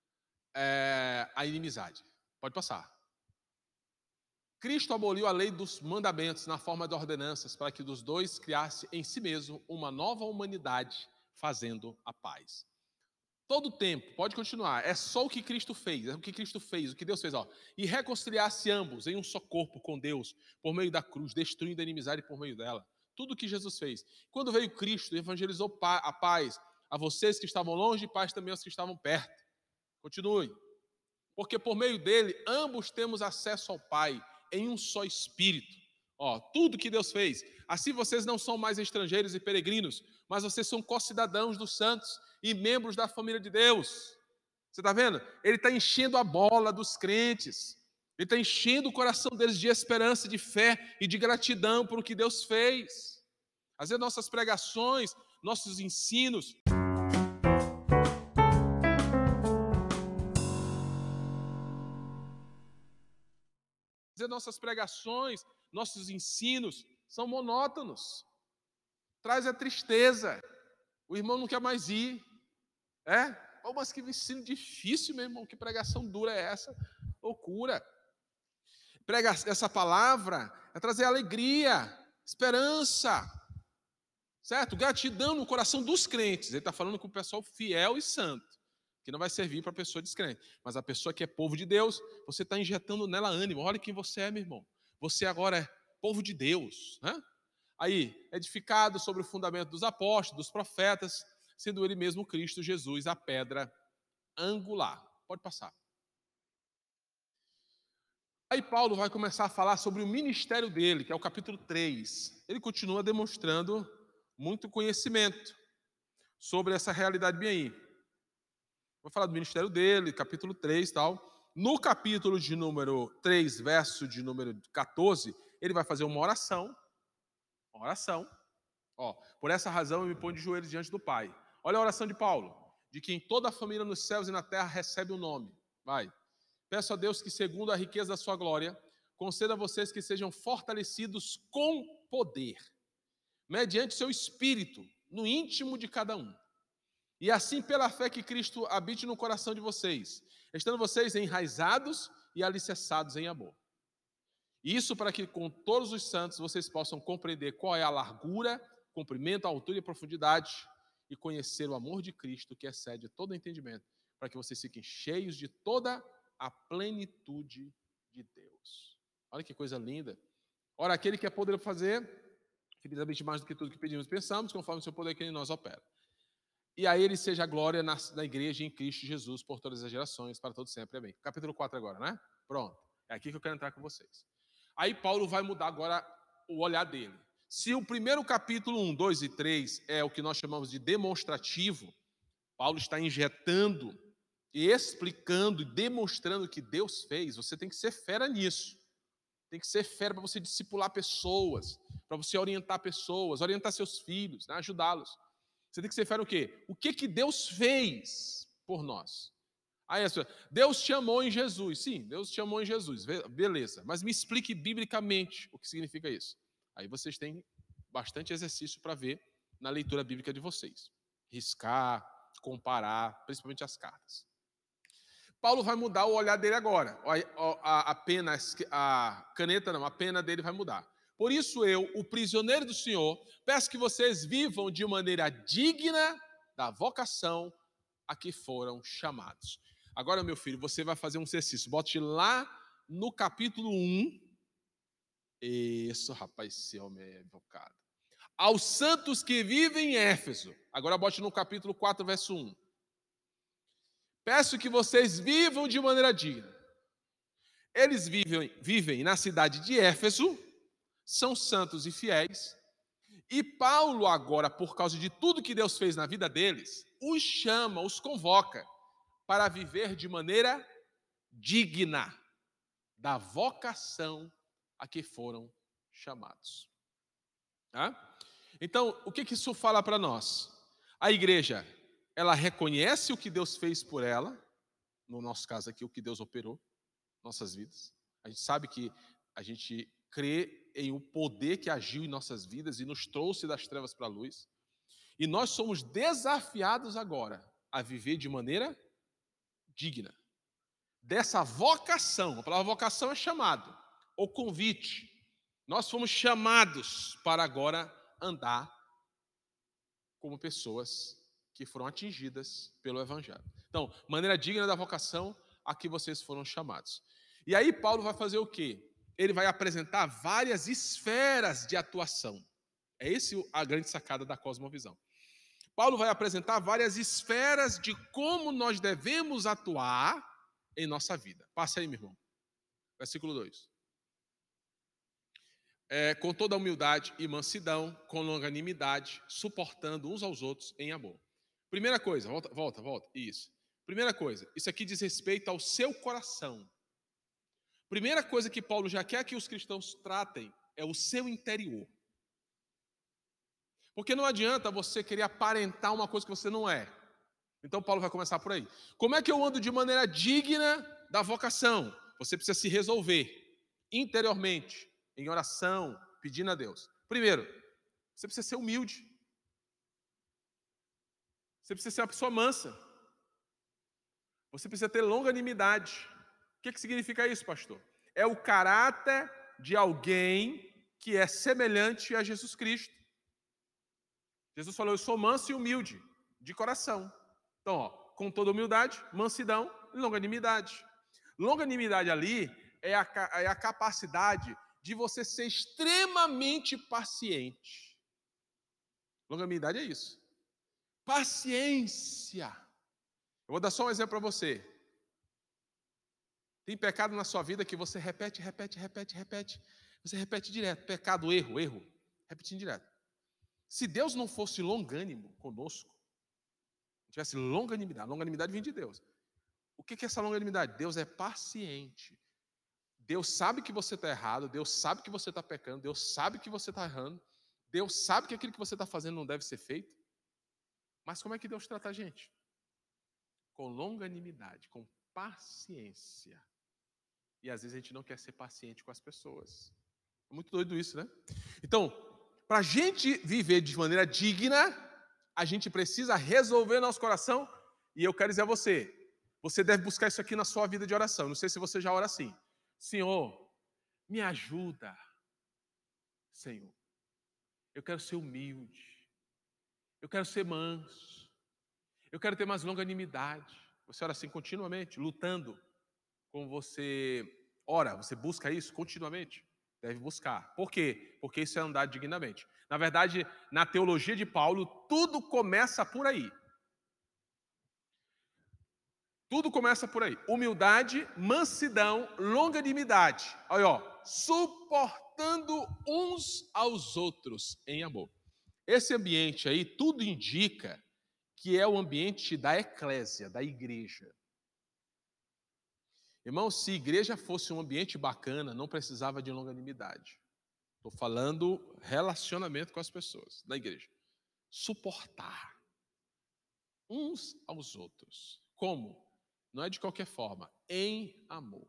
a inimizade. Pode passar. Cristo aboliu a lei dos mandamentos na forma de ordenanças para que dos dois criasse em si mesmo uma nova humanidade, fazendo a paz. Todo o tempo, pode continuar, é só o que Cristo fez, o que Deus fez, e reconciliasse ambos em um só corpo com Deus, por meio da cruz, destruindo a inimizade por meio dela. Tudo o que Jesus fez. Quando veio Cristo, evangelizou a paz a vocês que estavam longe e paz também aos que estavam perto. Continue. Porque por meio dele, ambos temos acesso ao Pai em um só Espírito. Tudo que Deus fez. Assim vocês não são mais estrangeiros e peregrinos, mas vocês são co-cidadãos dos santos e membros da família de Deus. Você está vendo? Ele está enchendo a bola dos crentes. Ele está enchendo o coração deles de esperança, de fé e de gratidão por o que Deus fez. Às vezes nossas pregações, nossos ensinos... nossos ensinos são monótonos. Traz a tristeza. O irmão não quer mais ir. Mas que ensino difícil, meu irmão. Que pregação dura é essa? Loucura. Essa palavra é trazer alegria, esperança, certo? Gratidão no coração dos crentes. Ele está falando com o pessoal fiel e santo, que não vai servir para a pessoa descrente. Mas a pessoa que é povo de Deus, você está injetando nela ânimo. Olha quem você é, meu irmão. você agora é povo de Deus, né? Aí, edificado sobre o fundamento dos apóstolos, dos profetas, sendo ele mesmo Cristo Jesus a pedra angular. Pode passar. Aí Paulo vai começar a falar sobre o ministério dele, que é o capítulo 3. Ele continua demonstrando muito conhecimento sobre essa realidade bem aí. Vou falar do ministério dele, capítulo 3 e tal. No capítulo de número 3, verso de número 14, ele vai fazer uma oração. Uma oração. Ó, por essa razão eu me ponho de joelhos diante do Pai. Olha a oração de Paulo. De quem toda a família nos céus e na terra recebe o nome. Vai. Peço a Deus que, segundo a riqueza da sua glória, conceda a vocês que sejam fortalecidos com poder, mediante seu espírito, no íntimo de cada um. E assim, pela fé que Cristo habite no coração de vocês, estando vocês enraizados e alicerçados em amor. Isso para que, com todos os santos, vocês possam compreender qual é a largura, comprimento, a altura e a profundidade, e conhecer o amor de Cristo, que excede todo entendimento, para que vocês fiquem cheios de toda a plenitude de Deus. Olha que coisa linda. Ora, aquele que é poder fazer infinitamente mais do que tudo que pedimos e pensamos, conforme o seu poder que em nós opera. E a ele seja a glória na igreja em Cristo Jesus por todas as gerações, para todos sempre. Amém. Capítulo 4 agora, né? Pronto. É aqui que eu quero entrar com vocês. Aí Paulo vai mudar agora o olhar dele. Se o primeiro capítulo 1, 2 e 3 é o que nós chamamos de demonstrativo, Paulo está injetando e explicando e demonstrando o que Deus fez. Você tem que ser fera nisso. Tem que ser fera para você discipular pessoas, para você orientar pessoas, orientar seus filhos, né? Ajudá-los. Você tem que ser fera o quê? O que Deus fez por nós? Aí, Deus te amou em Jesus. Sim, Deus te amou em Jesus. Beleza. Mas me explique biblicamente o que significa isso. Aí vocês têm bastante exercício para ver na leitura bíblica de vocês. Riscar, comparar, principalmente as cartas. Paulo vai mudar o olhar dele agora. A pena dele vai mudar. Por isso eu, o prisioneiro do Senhor, peço que vocês vivam de maneira digna da vocação a que foram chamados. Agora, meu filho, você vai fazer um exercício. Bote lá no capítulo 1. Isso, rapaz, esse homem é evocado. Aos santos que vivem em Éfeso. Agora bote no capítulo 4, verso 1. Peço que vocês vivam de maneira digna. Eles vivem na cidade de Éfeso, são santos e fiéis, e Paulo agora, por causa de tudo que Deus fez na vida deles, os chama, os convoca para viver de maneira digna da vocação a que foram chamados. Tá? Então, o que isso fala para nós? A igreja, ela reconhece o que Deus fez por ela, no nosso caso aqui, o que Deus operou em nossas vidas. A gente sabe que a gente crê em um poder que agiu em nossas vidas e nos trouxe das trevas para a luz. E nós somos desafiados agora a viver de maneira digna dessa vocação. A palavra vocação é chamado, ou convite. Nós fomos chamados para agora andar como pessoas que foram atingidas pelo Evangelho. Então, maneira digna da vocação a que vocês foram chamados. E aí Paulo vai fazer o quê? Ele vai apresentar várias esferas de atuação. É essa a grande sacada da cosmovisão. Paulo vai apresentar várias esferas de como nós devemos atuar em nossa vida. Passa aí, meu irmão. Versículo 2. Com toda humildade e mansidão, com longanimidade, suportando uns aos outros em amor. Primeira coisa, volta. Isso. Primeira coisa, isso aqui diz respeito ao seu coração. Primeira coisa que Paulo já quer que os cristãos tratem é o seu interior. Porque não adianta você querer aparentar uma coisa que você não é. Então Paulo vai começar por aí. Como é que eu ando de maneira digna da vocação? Você precisa se resolver interiormente, em oração, pedindo a Deus. Primeiro, você precisa ser humilde. Você precisa ser uma pessoa mansa. Você precisa ter longanimidade. O que significa isso, pastor? É o caráter de alguém que é semelhante a Jesus Cristo. Jesus falou, eu sou manso e humilde, de coração. Então, com toda humildade, mansidão e longanimidade. Longanimidade ali é a capacidade de você ser extremamente paciente. Longanimidade é isso. Paciência. Eu vou dar só um exemplo para você. Tem pecado na sua vida que você repete. Você repete direto. Pecado, erro. Repetindo direto. Se Deus não fosse longânimo conosco, tivesse longanimidade vem de Deus. O que é essa longanimidade? Deus é paciente. Deus sabe que você está errado, Deus sabe que você está pecando, Deus sabe que você está errando, Deus sabe que aquilo que você está fazendo não deve ser feito. Mas como é que Deus trata a gente? Com longanimidade, com paciência. E às vezes a gente não quer ser paciente com as pessoas. É muito doido isso, né? Então, para a gente viver de maneira digna, a gente precisa resolver nosso coração. E eu quero dizer a você, você deve buscar isso aqui na sua vida de oração. Não sei se você já ora assim. Senhor, me ajuda. Senhor, eu quero ser humilde. Eu quero ser manso. Eu quero ter mais longanimidade. Você ora assim continuamente, lutando. Como você ora, você busca isso continuamente? Deve buscar. Por quê? Porque isso é andar dignamente. Na verdade, na teologia de Paulo, tudo começa por aí. Tudo começa por aí. Humildade, mansidão, longanimidade. Olha, ó, suportando uns aos outros em amor. Esse ambiente aí, tudo indica que é o ambiente da eclésia, da igreja. Irmão, se igreja fosse um ambiente bacana, não precisava de longanimidade. Estou falando relacionamento com as pessoas da igreja. Suportar uns aos outros. Como? Não é de qualquer forma, em amor.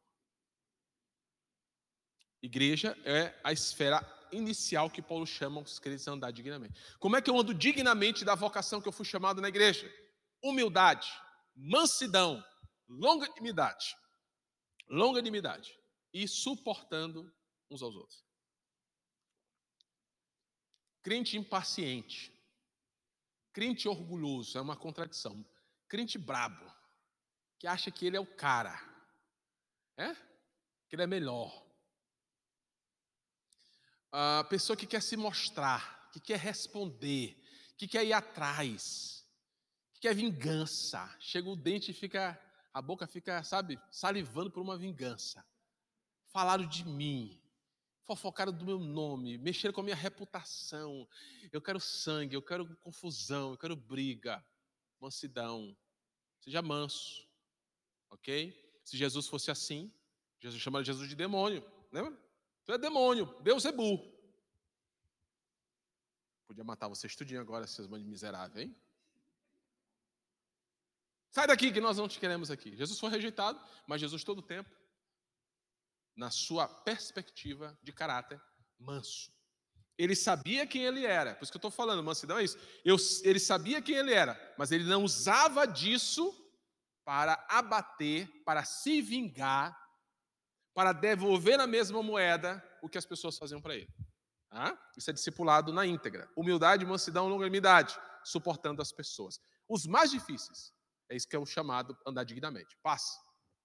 Igreja é a esfera inicial que Paulo chama os crentes a andar dignamente. Como é que eu ando dignamente da vocação que eu fui chamado na igreja? Humildade, mansidão, longanimidade e suportando uns aos outros. Crente impaciente, crente orgulhoso, é uma contradição. Crente brabo, que acha que ele é o cara, que ele é melhor. A pessoa que quer se mostrar, que quer responder, que quer ir atrás, que quer vingança. Chega o dente e a boca fica, sabe, salivando por uma vingança. Falaram de mim, fofocaram do meu nome, mexeram com a minha reputação. Eu quero sangue, eu quero confusão, eu quero briga. Mansidão. Seja manso, ok? Se Jesus fosse assim, Jesus chamaria Jesus de demônio, lembra? Tu é demônio, Deus é burro. Podia matar você estudinho agora, seus bandos miseráveis, hein? Sai daqui que nós não te queremos aqui. Jesus foi rejeitado, mas Jesus todo o tempo, na sua perspectiva de caráter, manso. Ele sabia quem ele era, por isso que eu estou falando, mansidão é isso. Ele sabia quem ele era, mas ele não usava disso para abater, para se vingar, para devolver na mesma moeda o que as pessoas faziam para ele. Isso é discipulado na íntegra. Humildade, mansidão, longanimidade, suportando as pessoas. Os mais difíceis, é isso que é o chamado andar dignamente. Paz.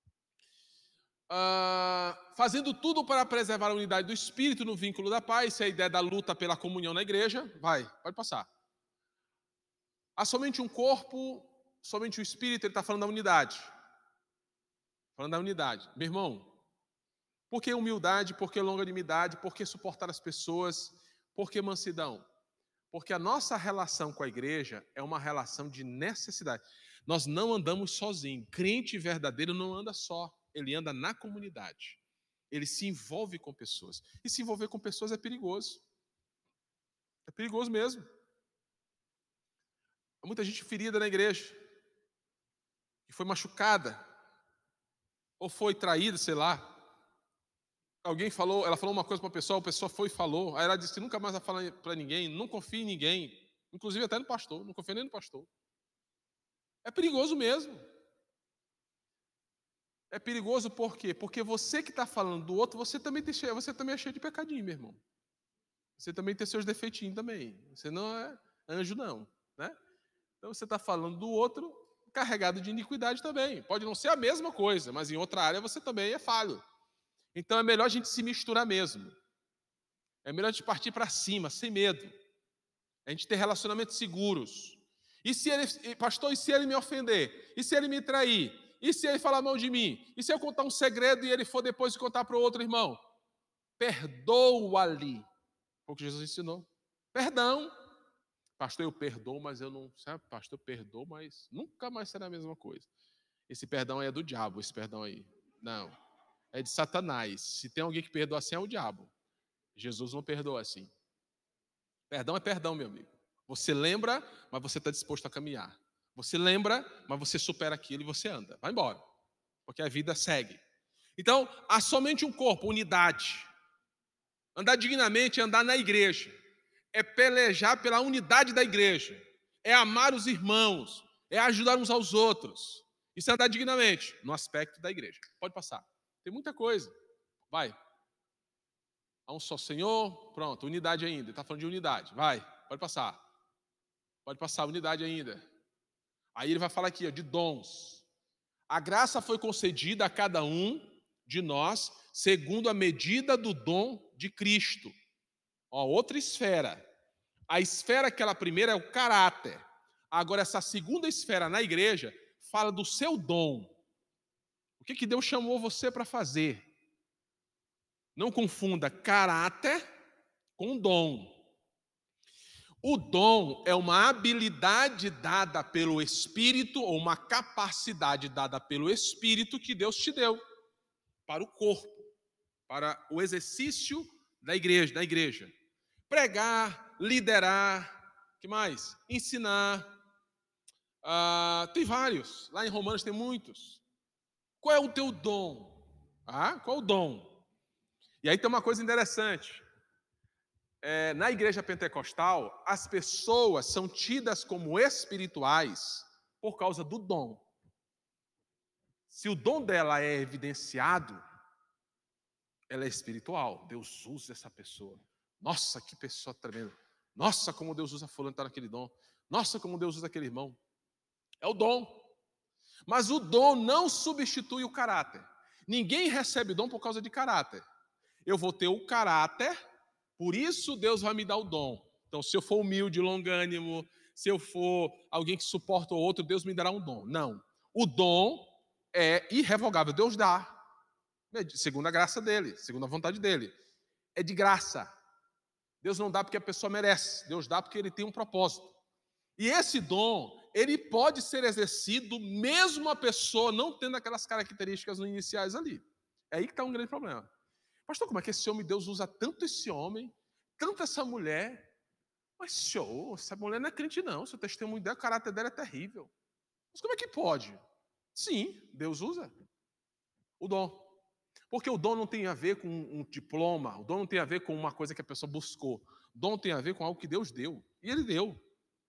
Fazendo tudo para preservar a unidade do Espírito no vínculo da paz, isso é a ideia da luta pela comunhão na igreja. Pode passar. Há somente um corpo, somente o Espírito, ele está falando da unidade. Falando da unidade. Meu irmão, por que humildade? Por que longanimidade? Por que suportar as pessoas? Por que mansidão? Porque a nossa relação com a igreja é uma relação de necessidade. Nós não andamos sozinhos. Crente verdadeiro não anda só. Ele anda na comunidade. Ele se envolve com pessoas. E se envolver com pessoas é perigoso. É perigoso mesmo. Há muita gente ferida na igreja. Que foi machucada. Ou foi traída, sei lá. Alguém falou, ela falou uma coisa para a pessoa foi e falou. Aí ela disse que nunca mais vai falar para ninguém, não confia em ninguém. Inclusive até no pastor, não confia nem no pastor. É perigoso mesmo. É perigoso por quê? Porque você que está falando do outro, você também é cheio de pecadinho, meu irmão. Você também tem seus defeitinhos também. Você não é anjo, não. Né? Então você está falando do outro carregado de iniquidade também. Pode não ser a mesma coisa, mas em outra área você também é falho. Então é melhor a gente se misturar mesmo. É melhor a gente partir para cima, sem medo. A gente ter relacionamentos seguros. E se ele, pastor, e se ele me ofender? E se ele me trair? E se ele falar mal de mim? E se eu contar um segredo e ele for depois contar para o outro irmão? Perdoa-lhe. Foi o que Jesus ensinou. Perdão. Pastor, eu perdoo, mas eu não... Sabe, pastor, eu perdoo, mas nunca mais será a mesma coisa. Esse perdão aí é do diabo, esse perdão aí. Não. É de Satanás. Se tem alguém que perdoa assim, é o diabo. Jesus não perdoa assim. Perdão é perdão, meu amigo. Você lembra, mas você está disposto a caminhar. Você lembra, mas você supera aquilo e você anda. Vai embora. Porque a vida segue. Então, há somente um corpo, unidade. Andar dignamente é andar na igreja. É pelejar pela unidade da igreja. É amar os irmãos. É ajudar uns aos outros. Isso é andar dignamente, no aspecto da igreja. Pode passar. Tem muita coisa. Vai. Há um só Senhor, pronto, unidade ainda. Ele está falando de unidade. Vai, pode passar. Pode passar, unidade ainda. Aí ele vai falar aqui, ó, de dons. A graça foi concedida a cada um de nós, segundo a medida do dom de Cristo. Ó, outra esfera. A esfera, aquela primeira, é o caráter. Agora, essa segunda esfera na igreja fala do seu dom. O que Deus chamou você para fazer? Não confunda caráter com dom. O dom é uma habilidade dada pelo Espírito, ou uma capacidade dada pelo Espírito que Deus te deu para o corpo, para o exercício da igreja. Pregar, liderar, que mais? Ensinar. Tem vários. Lá em Romanos tem muitos. Qual é o teu dom? Qual o dom? E aí tem uma coisa interessante. Na igreja pentecostal, as pessoas são tidas como espirituais por causa do dom. Se o dom dela é evidenciado, ela é espiritual. Deus usa essa pessoa. Nossa, que pessoa tremenda. Nossa, como Deus usa fulano que está naquele dom. Nossa, como Deus usa aquele irmão. É o dom. Mas o dom não substitui o caráter. Ninguém recebe dom por causa de caráter. Eu vou ter o caráter, por isso Deus vai me dar o dom. Então, se eu for humilde, longânimo, se eu for alguém que suporta o outro, Deus me dará um dom. Não. O dom é irrevogável. Deus dá. Segundo a graça dele, segundo a vontade dele. É de graça. Deus não dá porque a pessoa merece. Deus dá porque ele tem um propósito. E esse dom, ele pode ser exercido mesmo a pessoa não tendo aquelas características iniciais ali. É aí que está um grande problema. Pastor, como é que esse homem, Deus usa tanto esse homem, tanto essa mulher? Mas, senhor, essa mulher não é crente não, seu testemunho dela, o caráter dela é terrível. Mas como é que pode? Sim, Deus usa o dom. Porque o dom não tem a ver com um diploma, o dom não tem a ver com uma coisa que a pessoa buscou. O dom tem a ver com algo que Deus deu, e Ele deu.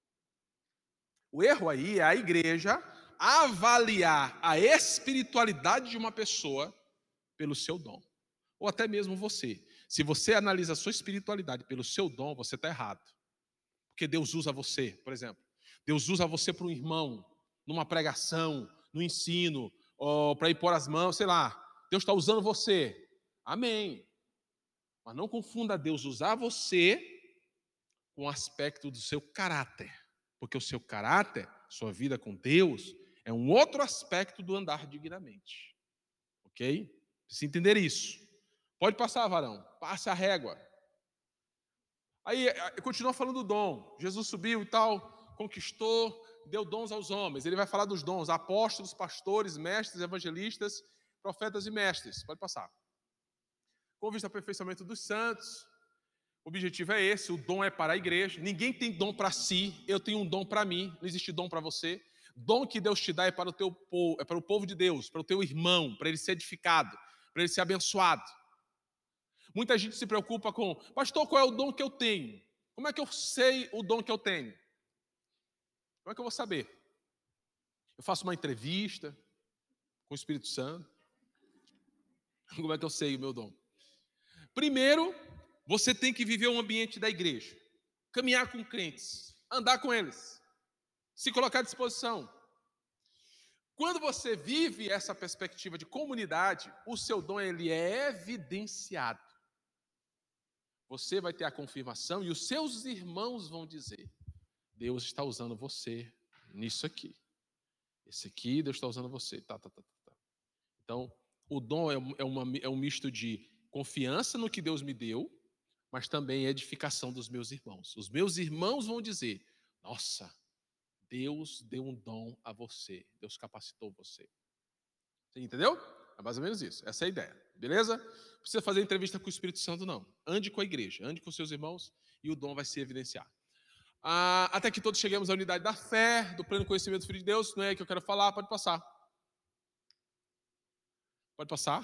O erro aí é a igreja avaliar a espiritualidade de uma pessoa pelo seu dom. Ou até mesmo você. Se você analisa a sua espiritualidade pelo seu dom, você está errado. Porque Deus usa você, por exemplo. Deus usa você para um irmão, numa pregação, no ensino, ou para ir pôr as mãos, sei lá. Deus está usando você. Amém. Mas não confunda Deus usar você com o aspecto do seu caráter. Porque o seu caráter, sua vida com Deus, é um outro aspecto do andar dignamente. Ok? Precisa entender isso. Pode passar, varão. Passa a régua. Aí, continua falando do dom. Jesus subiu e tal, conquistou, deu dons aos homens. Ele vai falar dos dons. Apóstolos, pastores, mestres, evangelistas, profetas e mestres. Pode passar. Com vista ao aperfeiçoamento dos santos. O objetivo é esse. O dom é para a igreja. Ninguém tem dom para si. Eu tenho um dom para mim. Não existe dom para você. Dom que Deus te dá é para o teu povo, é para o povo de Deus, para o teu irmão, para ele ser edificado, para ele ser abençoado. Muita gente se preocupa com, pastor, qual é o dom que eu tenho? Como é que eu sei o dom que eu tenho? Como é que eu vou saber? Eu faço uma entrevista com o Espírito Santo. Como é que eu sei o meu dom? Primeiro, você tem que viver o ambiente da igreja. Caminhar com crentes. Andar com eles. Se colocar à disposição. Quando você vive essa perspectiva de comunidade, o seu dom ele é evidenciado. você vai ter a confirmação e os seus irmãos vão dizer: Deus está usando você nisso aqui. Esse aqui, Deus está usando você. Tá. Então, o dom é um misto de confiança no que Deus me deu, mas também edificação dos meus irmãos. Os meus irmãos vão dizer: nossa, Deus deu um dom a você. Deus capacitou você. Você entendeu? É mais ou menos isso. Essa é a ideia. Beleza? Não precisa fazer entrevista com o Espírito Santo, não. Ande com a igreja, ande com seus irmãos e o dom vai se evidenciar. Até que todos cheguemos à unidade da fé, do pleno conhecimento do Filho de Deus. Não é que eu quero falar, pode passar. Pode passar.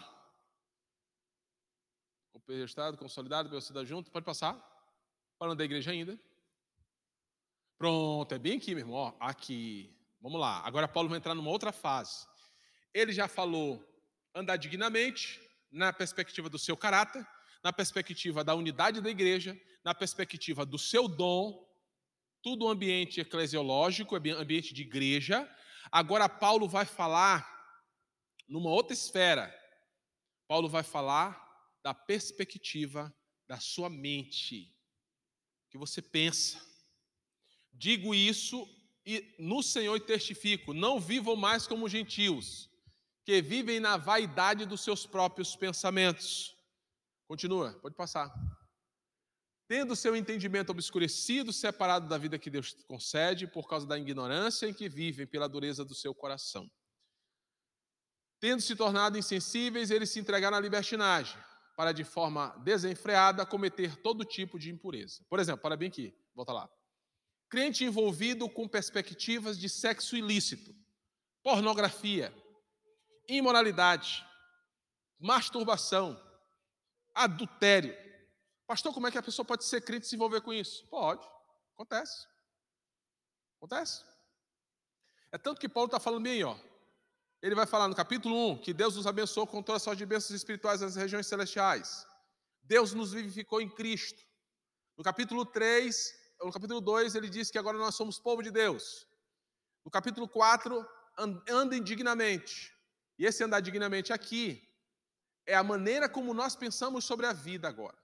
O estado consolidado, pela cidade junto, pode passar. Falando da igreja ainda. Pronto, é bem aqui, meu irmão. Ó, aqui. Vamos lá. Agora Paulo vai entrar numa outra fase. Ele já falou andar dignamente, na perspectiva do seu caráter, na perspectiva da unidade da igreja, na perspectiva do seu dom, tudo ambiente eclesiológico, ambiente de igreja. Agora Paulo vai falar numa outra esfera. Paulo vai falar da perspectiva da sua mente, que você pensa. Digo isso e no Senhor testifico, não vivam mais como gentios, que vivem na vaidade dos seus próprios pensamentos. Continua, pode passar. Tendo seu entendimento obscurecido, separado da vida que Deus concede, por causa da ignorância em que vivem, pela dureza do seu coração. Tendo se tornado insensíveis, eles se entregaram à libertinagem, para de forma desenfreada cometer todo tipo de impureza. Por exemplo, para bem aqui, volta lá. Crente envolvido com perspectivas de sexo ilícito, pornografia, imoralidade, masturbação, adultério. Pastor, como é que a pessoa pode ser crente e se envolver com isso? Pode, acontece. É tanto que Paulo está falando bem, ó. Ele vai falar no capítulo 1 que Deus nos abençoou com toda sorte de bênçãos espirituais nas regiões celestiais. Deus nos vivificou em Cristo. No capítulo 2, ele diz que agora nós somos povo de Deus. No capítulo 4, andem dignamente. E esse andar dignamente aqui é a maneira como nós pensamos sobre a vida agora.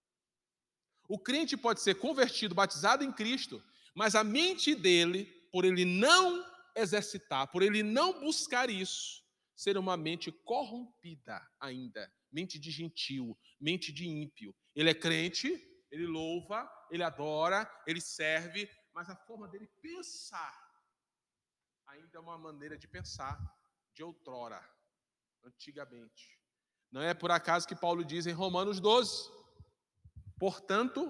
O crente pode ser convertido, batizado em Cristo, mas a mente dele, por ele não exercitar, por ele não buscar isso, ser uma mente corrompida ainda, mente de gentil, mente de ímpio. Ele é crente, ele louva, ele adora, ele serve, mas a forma dele pensar ainda é uma maneira de pensar de outrora, antigamente. Não é por acaso que Paulo diz em Romanos 12, portanto,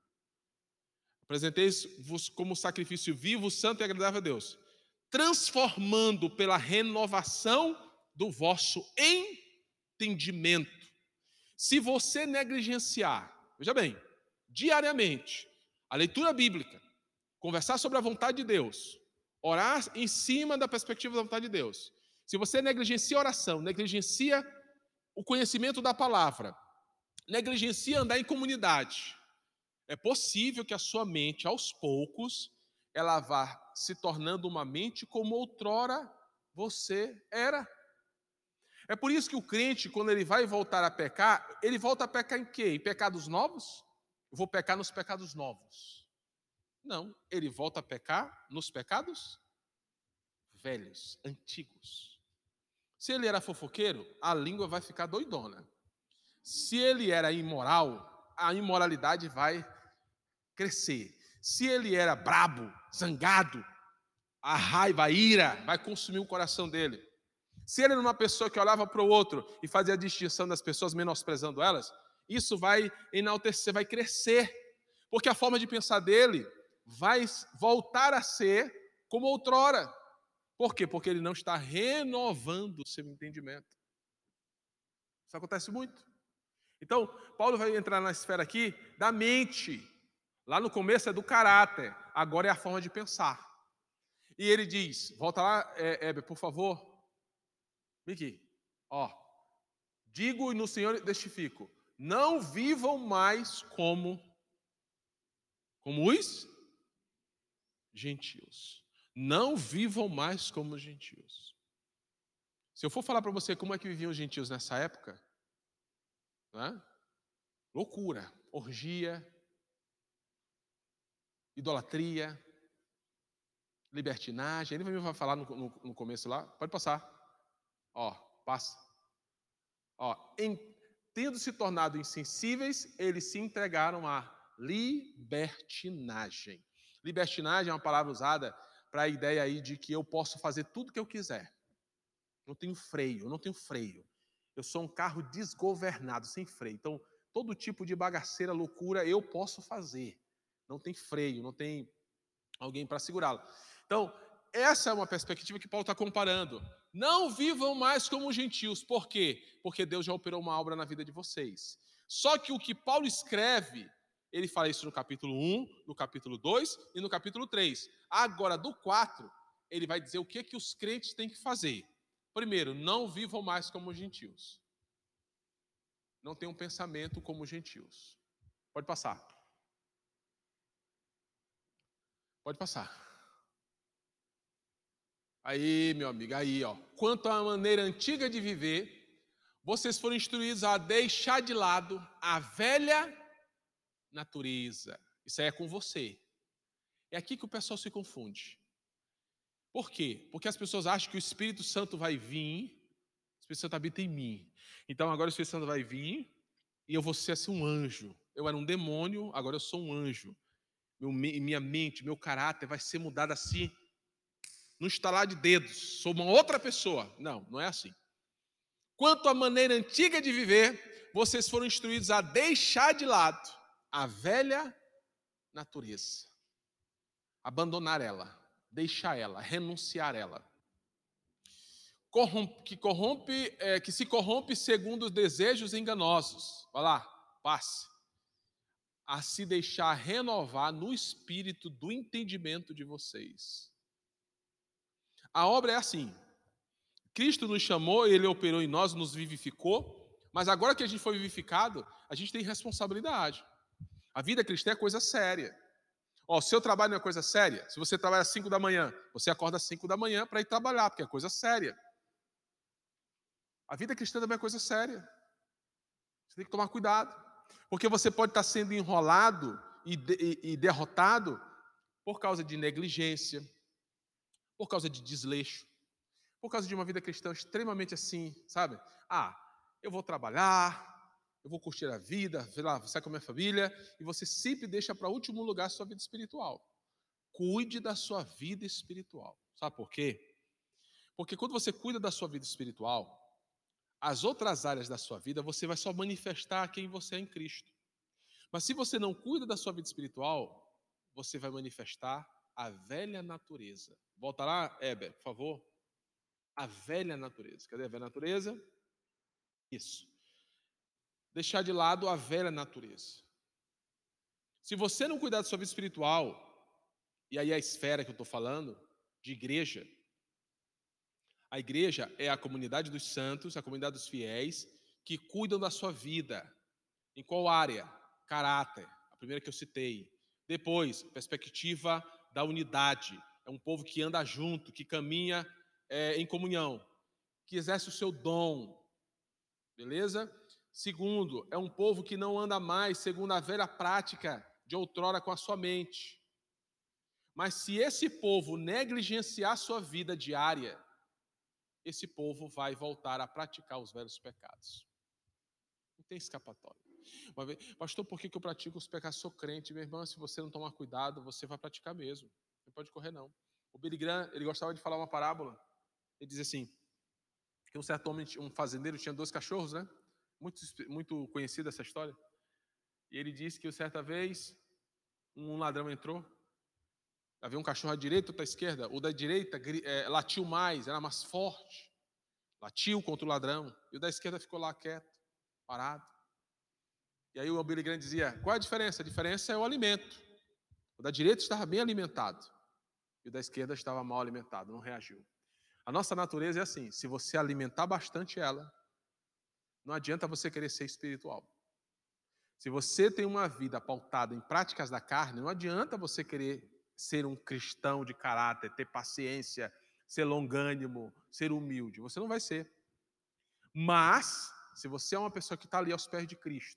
apresentei-vos como sacrifício vivo, santo e agradável a Deus, transformando pela renovação do vosso entendimento. Se você negligenciar, veja bem, diariamente, a leitura bíblica, conversar sobre a vontade de Deus, orar em cima da perspectiva da vontade de Deus, se você negligencia a oração, negligencia o conhecimento da palavra, negligencia andar em comunidade, é possível que a sua mente, aos poucos, ela vá se tornando uma mente como outrora você era. É por isso que o crente, quando ele vai voltar a pecar, ele volta a pecar em quê? Em pecados novos? Eu vou pecar nos pecados novos. Não, ele volta a pecar nos pecados velhos, antigos. Se ele era fofoqueiro, a língua vai ficar doidona. Se ele era imoral, a imoralidade vai crescer. Se ele era brabo, zangado, a raiva, a ira vai consumir o coração dele. Se ele era uma pessoa que olhava para o outro e fazia a distinção das pessoas, menosprezando elas, isso vai enaltecer, vai crescer, porque a forma de pensar dele vai voltar a ser como outrora. Por quê? Porque ele não está renovando o seu entendimento. Isso acontece muito. Então, Paulo vai entrar na esfera aqui da mente. Lá no começo é do caráter, agora é a forma de pensar. E ele diz, volta lá, Heber, por favor. Vem aqui. Ó, digo no Senhor testifico, não vivam mais como os gentios. Não vivam mais como os gentios. Se eu for falar para você como é que viviam os gentios nessa época, né? Loucura. orgia, idolatria, libertinagem. Ele vai falar no começo lá. Pode passar. Ó, passa. Ó, tendo se tornado insensíveis, eles se entregaram à libertinagem. Libertinagem é uma palavra usada para a ideia aí de que eu posso fazer tudo o que eu quiser. Não tenho freio, eu não tenho freio. Eu sou um carro desgovernado, sem freio. Então, todo tipo de bagaceira, loucura, eu posso fazer. Não tem freio, não tem alguém para segurá-lo. Então, essa é uma perspectiva que Paulo está comparando. Não vivam mais como gentios. Por quê? Porque Deus já operou uma obra na vida de vocês. Só que o que Paulo escreve, ele fala isso no capítulo 1, no capítulo 2 e no capítulo 3. Agora, do 4, ele vai dizer o que os crentes têm que fazer. Primeiro, não vivam mais como gentios. Não tenham um pensamento como gentios. Pode passar. Pode passar. Aí, meu amigo, aí, ó. Quanto à maneira antiga de viver, vocês foram instruídos a deixar de lado a velha natureza. Isso aí é com você. É aqui que o pessoal se confunde. Por quê? Porque as pessoas acham que o Espírito Santo vai vir, o Espírito Santo habita em mim. Então agora o Espírito Santo vai vir e eu vou ser assim um anjo. Eu era um demônio, agora eu sou um anjo. Minha mente, meu caráter vai ser mudado assim, no estalar de dedos. Sou uma outra pessoa. Não, não é assim. Quanto à maneira antiga de viver, vocês foram instruídos a deixar de lado a velha natureza. Abandonar ela, deixar ela, renunciar a ela. Que se corrompe segundo os desejos enganosos. Vai lá, passe. A se deixar renovar no espírito do entendimento de vocês. A obra é assim. Cristo nos chamou, Ele operou em nós, nos vivificou, mas agora que a gente foi vivificado, a gente tem responsabilidade. A vida cristã é coisa séria. Ó, seu trabalho não é coisa séria? Se você trabalha às 5 da manhã, você acorda às 5 da manhã para ir trabalhar, porque é coisa séria. A vida cristã também é coisa séria. Você tem que tomar cuidado. Porque você pode estar sendo enrolado e derrotado por causa de negligência, por causa de desleixo, por causa de uma vida cristã extremamente assim, sabe? Ah, eu vou trabalhar, eu vou curtir a vida, sei lá, sair com a minha família, e você sempre deixa para último lugar a sua vida espiritual. Cuide da sua vida espiritual. Sabe por quê? Porque quando você cuida da sua vida espiritual, as outras áreas da sua vida, você vai só manifestar quem você é em Cristo. Mas se você não cuida da sua vida espiritual, você vai manifestar a velha natureza. Volta lá, Heber, por favor. A velha natureza. Cadê a velha natureza? Isso. Deixar de lado a velha natureza. Se você não cuidar da sua vida espiritual, e aí a esfera que eu estou falando, de igreja, a igreja é a comunidade dos santos, a comunidade dos fiéis, que cuidam da sua vida. Em qual área? Caráter, a primeira que eu citei. Depois, perspectiva da unidade. É um povo que anda junto, que caminha em comunhão, que exerce o seu dom. Beleza? Segundo, é um povo que não anda mais segundo a velha prática de outrora com a sua mente. Mas se esse povo negligenciar sua vida diária, esse povo vai voltar a praticar os velhos pecados. Não tem escapatória. Uma vez, pastor, por que eu pratico os pecados? Sou crente, meu irmão, se você não tomar cuidado, você vai praticar mesmo. Não pode correr, não. O Billy Graham, ele gostava de falar uma parábola. Ele diz assim, que um certo homem, um fazendeiro, tinha 2 cachorros, né? Muito conhecida essa história. E ele disse que certa vez, um ladrão entrou, havia um cachorro à direita, outro à esquerda. O da direita latiu mais, era mais forte. Latiu contra o ladrão. E o da esquerda ficou lá quieto, parado. E aí o Billy Graham dizia, qual é a diferença? A diferença é o alimento. O da direita estava bem alimentado. E o da esquerda estava mal alimentado, não reagiu. A nossa natureza é assim, se você alimentar bastante ela, não adianta você querer ser espiritual. Se você tem uma vida pautada em práticas da carne, não adianta você querer ser um cristão de caráter, ter paciência, ser longânimo, ser humilde. Você não vai ser. Mas, se você é uma pessoa que está ali aos pés de Cristo,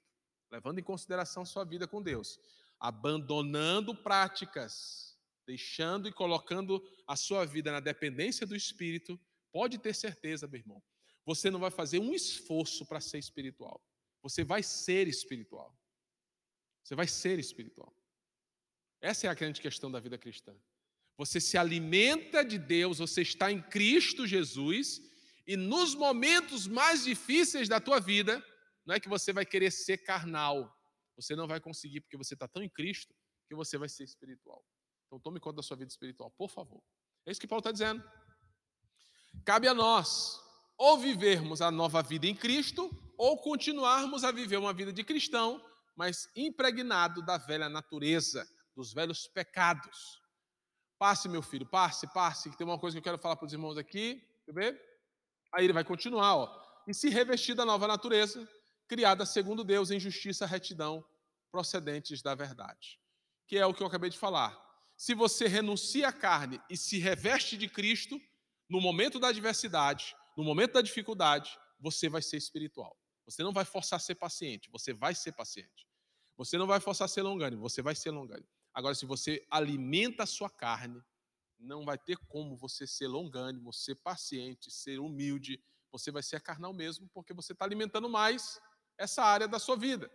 levando em consideração sua vida com Deus, abandonando práticas, deixando e colocando a sua vida na dependência do Espírito, pode ter certeza, meu irmão, você não vai fazer um esforço para ser espiritual. Você vai ser espiritual. Você vai ser espiritual. Essa é a grande questão da vida cristã. Você se alimenta de Deus, você está em Cristo Jesus, e nos momentos mais difíceis da tua vida, não é que você vai querer ser carnal. Você não vai conseguir, porque você está tão em Cristo, que você vai ser espiritual. Então tome conta da sua vida espiritual, por favor. É isso que Paulo está dizendo. Cabe a nós, ou vivermos a nova vida em Cristo, ou continuarmos a viver uma vida de cristão, mas impregnado da velha natureza, dos velhos pecados. Passe, meu filho, passe, que tem uma coisa que eu quero falar para os irmãos aqui, quer ver? Aí ele vai continuar, ó. E se revestir da nova natureza, criada segundo Deus em justiça e retidão, procedentes da verdade. Que é o que eu acabei de falar. Se você renuncia à carne e se reveste de Cristo, no momento da adversidade, no momento da dificuldade, você vai ser espiritual. Você não vai forçar a ser paciente, você vai ser paciente. Você não vai forçar a ser longânimo, você vai ser longânimo. Agora, se você alimenta a sua carne, não vai ter como você ser longânimo, ser paciente, ser humilde. Você vai ser carnal mesmo, porque você está alimentando mais essa área da sua vida.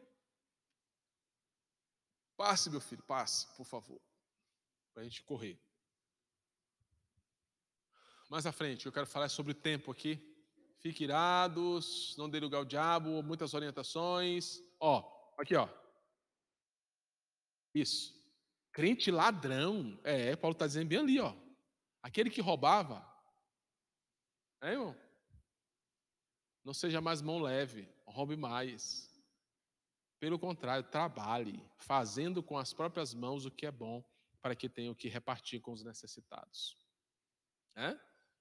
Passe, meu filho, passe, por favor, para a gente correr. Mais à frente, eu quero falar sobre o tempo aqui. Fique irados, não dê lugar ao diabo, muitas orientações. Ó, aqui, ó. Isso. Crente ladrão. Paulo está dizendo bem ali, ó. Aquele que roubava. Irmão? Não seja mais mão leve, roube mais. Pelo contrário, trabalhe, fazendo com as próprias mãos o que é bom, para que tenha o que repartir com os necessitados. É?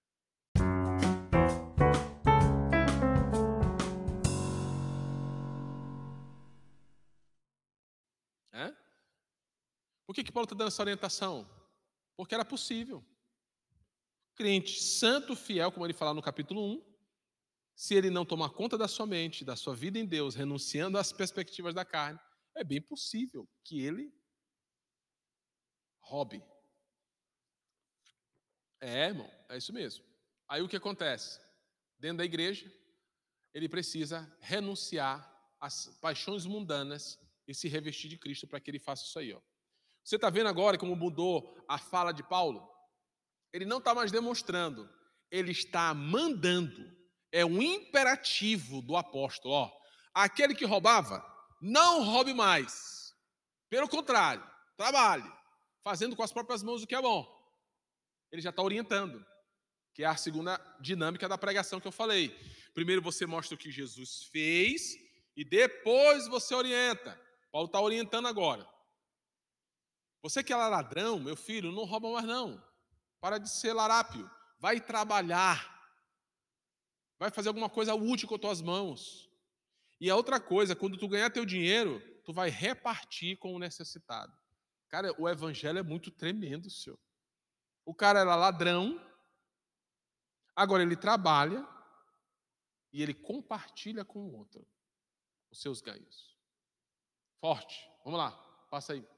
É? Por que Paulo está dando essa orientação? Porque era possível. Crente santo, fiel, como ele fala no capítulo 1, se ele não tomar conta da sua mente, da sua vida em Deus, renunciando às perspectivas da carne, é bem possível que ele roube. Irmão, é isso mesmo. Aí o que acontece? Dentro da igreja, ele precisa renunciar às paixões mundanas e se revestir de Cristo para que ele faça isso aí. Ó. Você está vendo agora como mudou a fala de Paulo? Ele não está mais demonstrando, ele está mandando. É um imperativo do apóstolo. Ó. Aquele que roubava, não roube mais. Pelo contrário, trabalhe, fazendo com as próprias mãos o que é bom. Ele já está orientando, que é a segunda dinâmica da pregação que eu falei. Primeiro você mostra o que Jesus fez e depois você orienta. Paulo está orientando agora. Você que é ladrão, meu filho, não rouba mais não. Para de ser larápio. Vai trabalhar. Vai fazer alguma coisa útil com as tuas mãos. E a outra coisa, quando tu ganhar teu dinheiro, tu vai repartir com o necessitado. Cara, o evangelho é muito tremendo, senhor. O cara era ladrão, agora ele trabalha e ele compartilha com o outro os seus ganhos. Forte. Vamos lá, passa aí.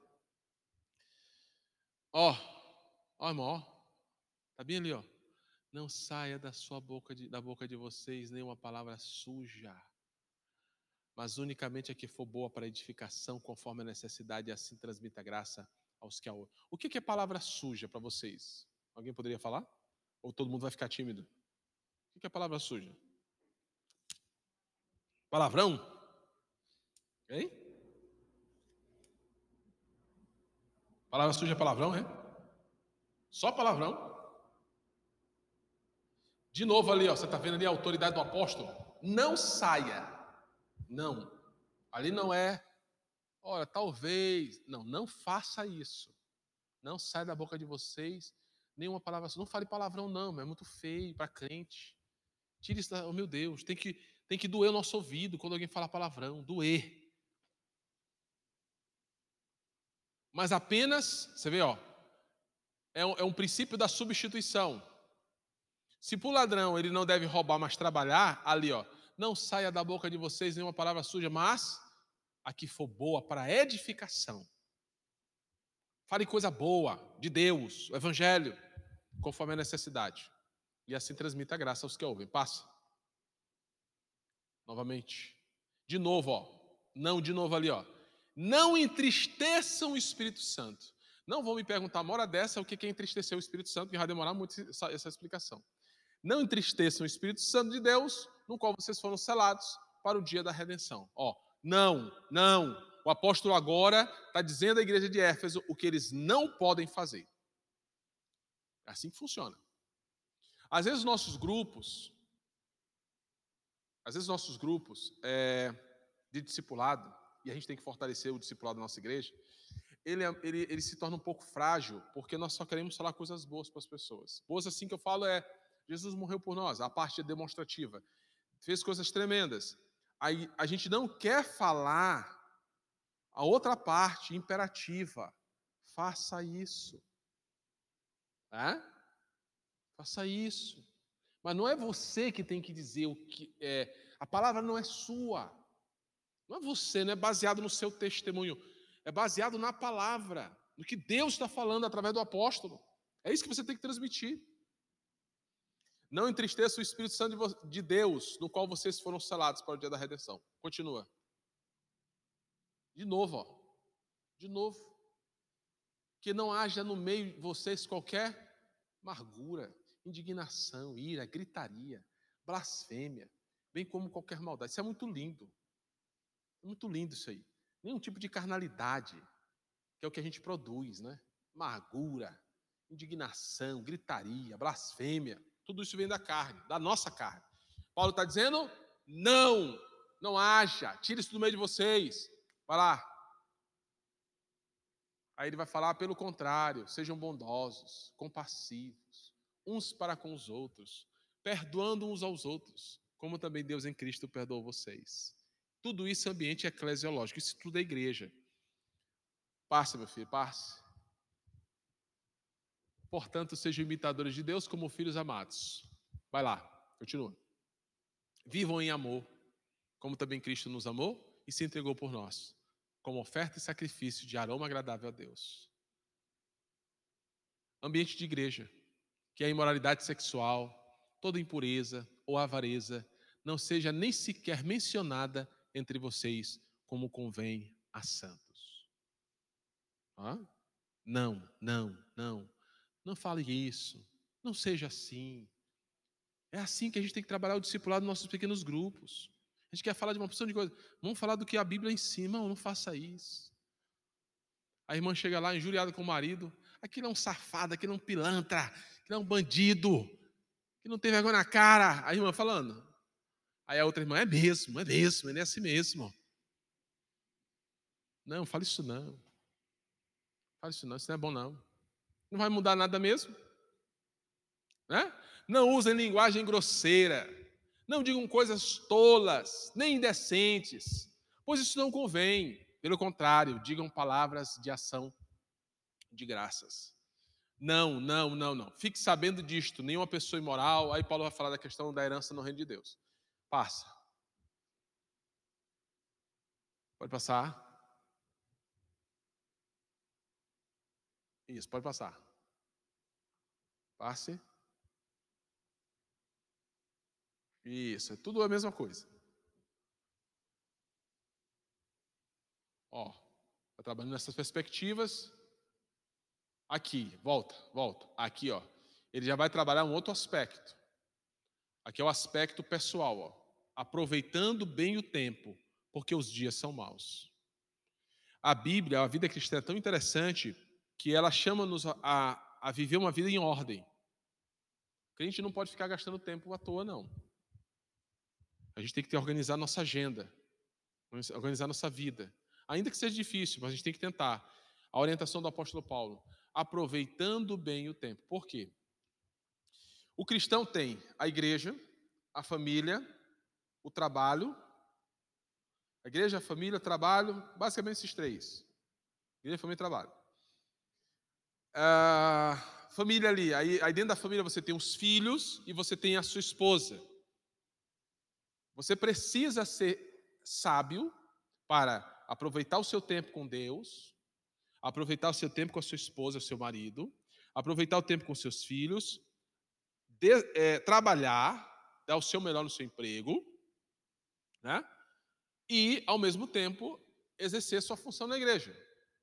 Ó, irmão, ó. Tá bem ali, ó. Não saia da boca de vocês nenhuma palavra suja, mas unicamente a que for boa para edificação, conforme a necessidade, e assim transmita graça aos que a ouvem. O que é palavra suja para vocês? Alguém poderia falar? Ou todo mundo vai ficar tímido? O que é palavra suja? Palavrão? Hein? Palavra suja é palavrão, é? Só palavrão? De novo ali, ó, você está vendo ali a autoridade do apóstolo? Não saia. Não. Ali não é, olha, talvez. Não faça isso. Não saia da boca de vocês nenhuma palavra. Não fale palavrão, não, é muito feio para crente. Tire isso, oh meu Deus, tem que doer o nosso ouvido quando alguém fala palavrão, doer. Mas apenas, você vê, ó, é um princípio da substituição. Se para o ladrão ele não deve roubar, mas trabalhar, ali, ó, não saia da boca de vocês nenhuma palavra suja, mas a que for boa para edificação. Fale coisa boa de Deus, o Evangelho, conforme a necessidade. E assim transmita a graça aos que ouvem. Passa. Novamente. De novo, ó. Não, de novo ali, ó. Não entristeçam o Espírito Santo. Não vão me perguntar uma hora dessa o que é entristecer o Espírito Santo, que vai demorar muito essa explicação. Não entristeçam o Espírito Santo de Deus, no qual vocês foram selados para o dia da redenção. Ó, não. O apóstolo agora está dizendo à igreja de Éfeso o que eles não podem fazer. É assim que funciona. Às vezes nossos grupos de discipulado, e a gente tem que fortalecer o discipulado da nossa igreja, ele se torna um pouco frágil, porque nós só queremos falar coisas boas para as pessoas. Boas assim que eu falo Jesus morreu por nós, a parte demonstrativa. Fez coisas tremendas. Aí a gente não quer falar a outra parte imperativa. Faça isso. Faça isso. Mas não é você que tem que dizer o que é. A palavra não é sua. Não é você, não é baseado no seu testemunho. É baseado na palavra, no que Deus está falando através do apóstolo. É isso que você tem que transmitir. Não entristeça o Espírito Santo de Deus, no qual vocês foram selados para o dia da redenção. Continua. De novo, ó. De novo. Que não haja no meio de vocês qualquer amargura, indignação, ira, gritaria, blasfêmia, bem como qualquer maldade. Isso é muito lindo. É muito lindo isso aí. Nenhum tipo de carnalidade, que é o que a gente produz, né? Amargura, indignação, gritaria, blasfêmia. Tudo isso vem da carne, da nossa carne. Paulo está dizendo, não haja, tire isso do meio de vocês. Vai lá. Aí ele vai falar, pelo contrário, sejam bondosos, compassivos, uns para com os outros, perdoando uns aos outros, como também Deus em Cristo perdoou vocês. Tudo isso é ambiente eclesiológico, isso tudo é igreja. Passe, meu filho, passe. Portanto, sejam imitadores de Deus como filhos amados. Vai lá, continua. Vivam em amor, como também Cristo nos amou e se entregou por nós, como oferta e sacrifício de aroma agradável a Deus. Ambiente de igreja, que a imoralidade sexual, toda impureza ou avareza não seja nem sequer mencionada entre vocês, como convém a santos. Não fale isso, não seja assim. É assim que a gente tem que trabalhar o discipulado nos nossos pequenos grupos. A gente quer falar de uma porção de coisas, vamos falar do que a Bíblia ensina, não faça isso. A irmã chega lá injuriada com o marido, aquilo é um safado, aquilo é um pilantra, aquilo é um bandido, que não tem vergonha na cara. A irmã falando. Aí a outra irmã, é mesmo, ele é assim mesmo. Não, fala isso não. Isso não é bom não. Não vai mudar nada mesmo. Né? Não usem linguagem grosseira. Não digam coisas tolas, nem indecentes, pois isso não convém. Pelo contrário, digam palavras de ação de graças. Não. Fique sabendo disto, nenhuma pessoa imoral. Aí Paulo vai falar da questão da herança no reino de Deus. Passa. Pode passar. Isso, pode passar. Passe. Isso, é tudo a mesma coisa. Ó, tá trabalhando nessas perspectivas. Aqui, volta. Aqui, ó. Ele já vai trabalhar um outro aspecto. Aqui é o aspecto pessoal, ó. Aproveitando bem o tempo, porque os dias são maus. A Bíblia, a vida cristã é tão interessante que ela chama-nos a viver uma vida em ordem. O crente não pode ficar gastando tempo à toa, não. A gente tem que organizar nossa agenda, organizar nossa vida. Ainda que seja difícil, mas a gente tem que tentar. A orientação do apóstolo Paulo, aproveitando bem o tempo. Por quê? O cristão tem a igreja, a família, o trabalho. A igreja, a família, o trabalho, basicamente esses três. Igreja, família e trabalho. Família ali, aí dentro da família você tem os filhos e você tem a sua esposa. Você precisa ser sábio para aproveitar o seu tempo com Deus, aproveitar o seu tempo com a sua esposa, o seu marido, aproveitar o tempo com seus filhos, trabalhar, dar o seu melhor no seu emprego, né? E, ao mesmo tempo, exercer sua função na igreja.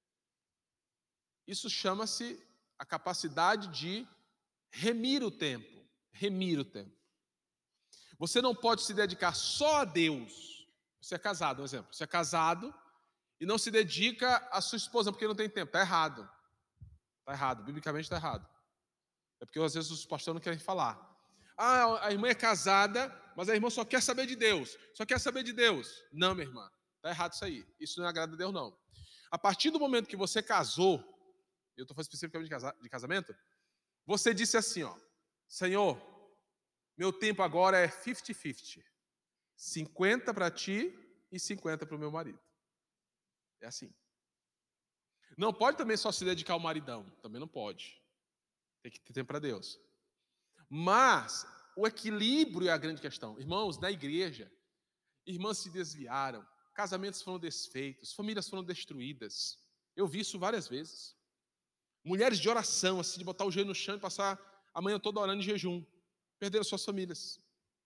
Isso chama-se a capacidade de remir o tempo. Remir o tempo. Você não pode se dedicar só a Deus. Você é casado, um exemplo. Você é casado e não se dedica à sua esposa porque não tem tempo. Está errado. Está errado. Biblicamente está errado. É porque às vezes os pastores não querem falar. Ah, a irmã é casada, mas a irmã só quer saber de Deus. Só quer saber de Deus. Não, minha irmã. Está errado isso aí. Isso não agrada a Deus, não. A partir do momento que você casou, eu estou falando especificamente de casamento, você disse assim, ó, Senhor, meu tempo agora é 50-50. 50 para ti e 50 para o meu marido. É assim. Não pode também só se dedicar ao maridão. Também não pode. Tem que ter tempo para Deus. Mas o equilíbrio é a grande questão. Irmãos, na igreja, irmãs se desviaram, casamentos foram desfeitos, famílias foram destruídas. Eu vi isso várias vezes. Mulheres de oração, assim, de botar o joelho no chão e passar a manhã toda orando em jejum. Perderam suas famílias.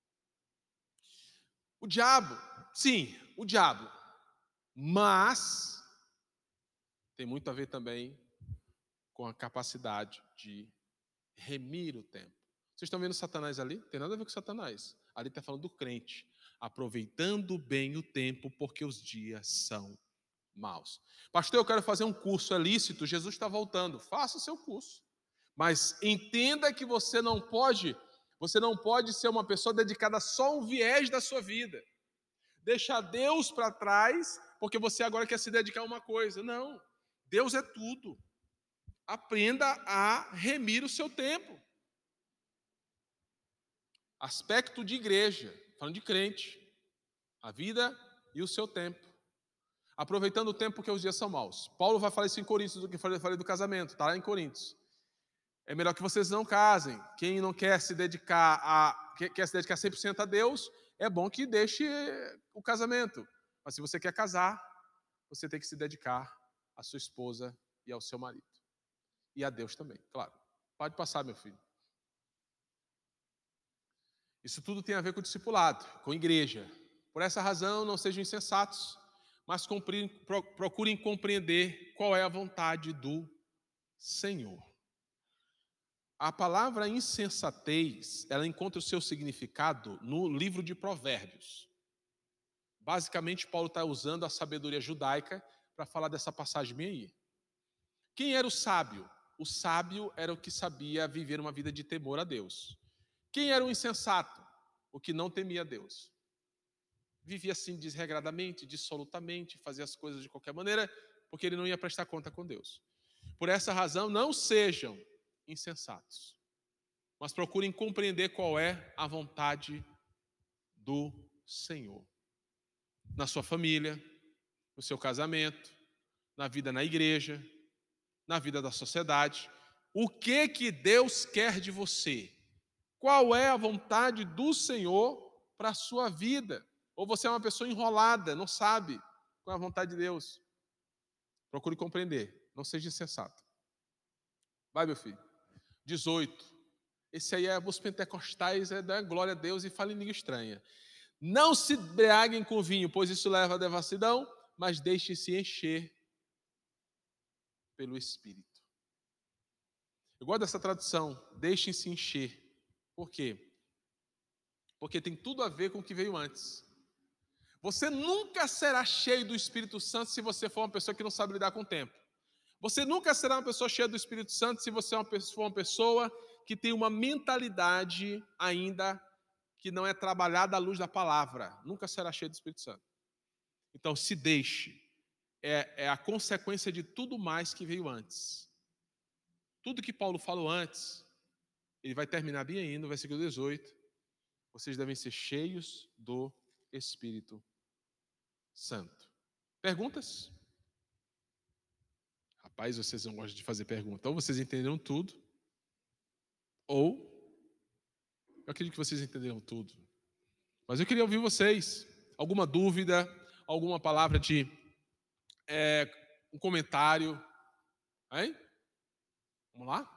O diabo, sim, o diabo. Mas tem muito a ver também com a capacidade de remir o tempo. Vocês estão vendo Satanás ali? Tem nada a ver com Satanás. Ali está falando do crente. Aproveitando bem o tempo, porque os dias são maus. Pastor, eu quero fazer um curso, é lícito, Jesus está voltando. Faça o seu curso. Mas entenda que você não pode ser uma pessoa dedicada só a um viés da sua vida. Deixar Deus para trás, porque você agora quer se dedicar a uma coisa. Não, Deus é tudo. Aprenda a remir o seu tempo. Aspecto de igreja, falando de crente. A vida e o seu tempo. Aproveitando o tempo porque os dias são maus. Paulo vai falar isso em Coríntios, do que eu falei do casamento, está lá em Coríntios. É melhor que vocês não casem. Quem não quer se dedicar quer se dedicar 100% a Deus, é bom que deixe o casamento. Mas se você quer casar, você tem que se dedicar à sua esposa e ao seu marido. E a Deus também, claro. Pode passar, meu filho. Isso tudo tem a ver com o discipulado, com igreja. Por essa razão, não sejam insensatos, mas procurem compreender qual é a vontade do Senhor. A palavra insensatez, ela encontra o seu significado no livro de Provérbios. Basicamente, Paulo está usando a sabedoria judaica para falar dessa passagem bem aí. Quem era o sábio? O sábio era o que sabia viver uma vida de temor a Deus. Quem era o insensato? O que não temia a Deus. Vivia assim desregradamente, dissolutamente, fazia as coisas de qualquer maneira, porque ele não ia prestar conta com Deus. Por essa razão, não sejam insensatos, mas procurem compreender qual é a vontade do Senhor. Na sua família, no seu casamento, na vida na igreja, na vida da sociedade. O que Deus quer de você? Qual é a vontade do Senhor para a sua vida? Ou você é uma pessoa enrolada, não sabe qual é a vontade de Deus? Procure compreender, não seja insensato. Vai, meu filho. 18. Esse aí é os pentecostais, é da glória a Deus e fala em língua estranha. Não se embriaguem com vinho, pois isso leva à devassidão, mas deixem-se encher pelo Espírito. Eu gosto dessa tradução, deixem-se encher. Por quê? Porque tem tudo a ver com o que veio antes. Você nunca será cheio do Espírito Santo se você for uma pessoa que não sabe lidar com o tempo. Você nunca será uma pessoa cheia do Espírito Santo se você for uma pessoa que tem uma mentalidade ainda que não é trabalhada à luz da palavra. Nunca será cheio do Espírito Santo. Então, se deixe. É a consequência de tudo mais que veio antes. Tudo que Paulo falou antes, ele vai terminar bem aí no versículo 18. Vocês devem ser cheios do Espírito Santo. Perguntas? Rapaz, vocês não gostam de fazer pergunta. Ou vocês entenderam tudo, ou eu acredito que vocês entenderam tudo. Mas eu queria ouvir vocês. Alguma dúvida, alguma palavra de um comentário. Hein? Vamos lá?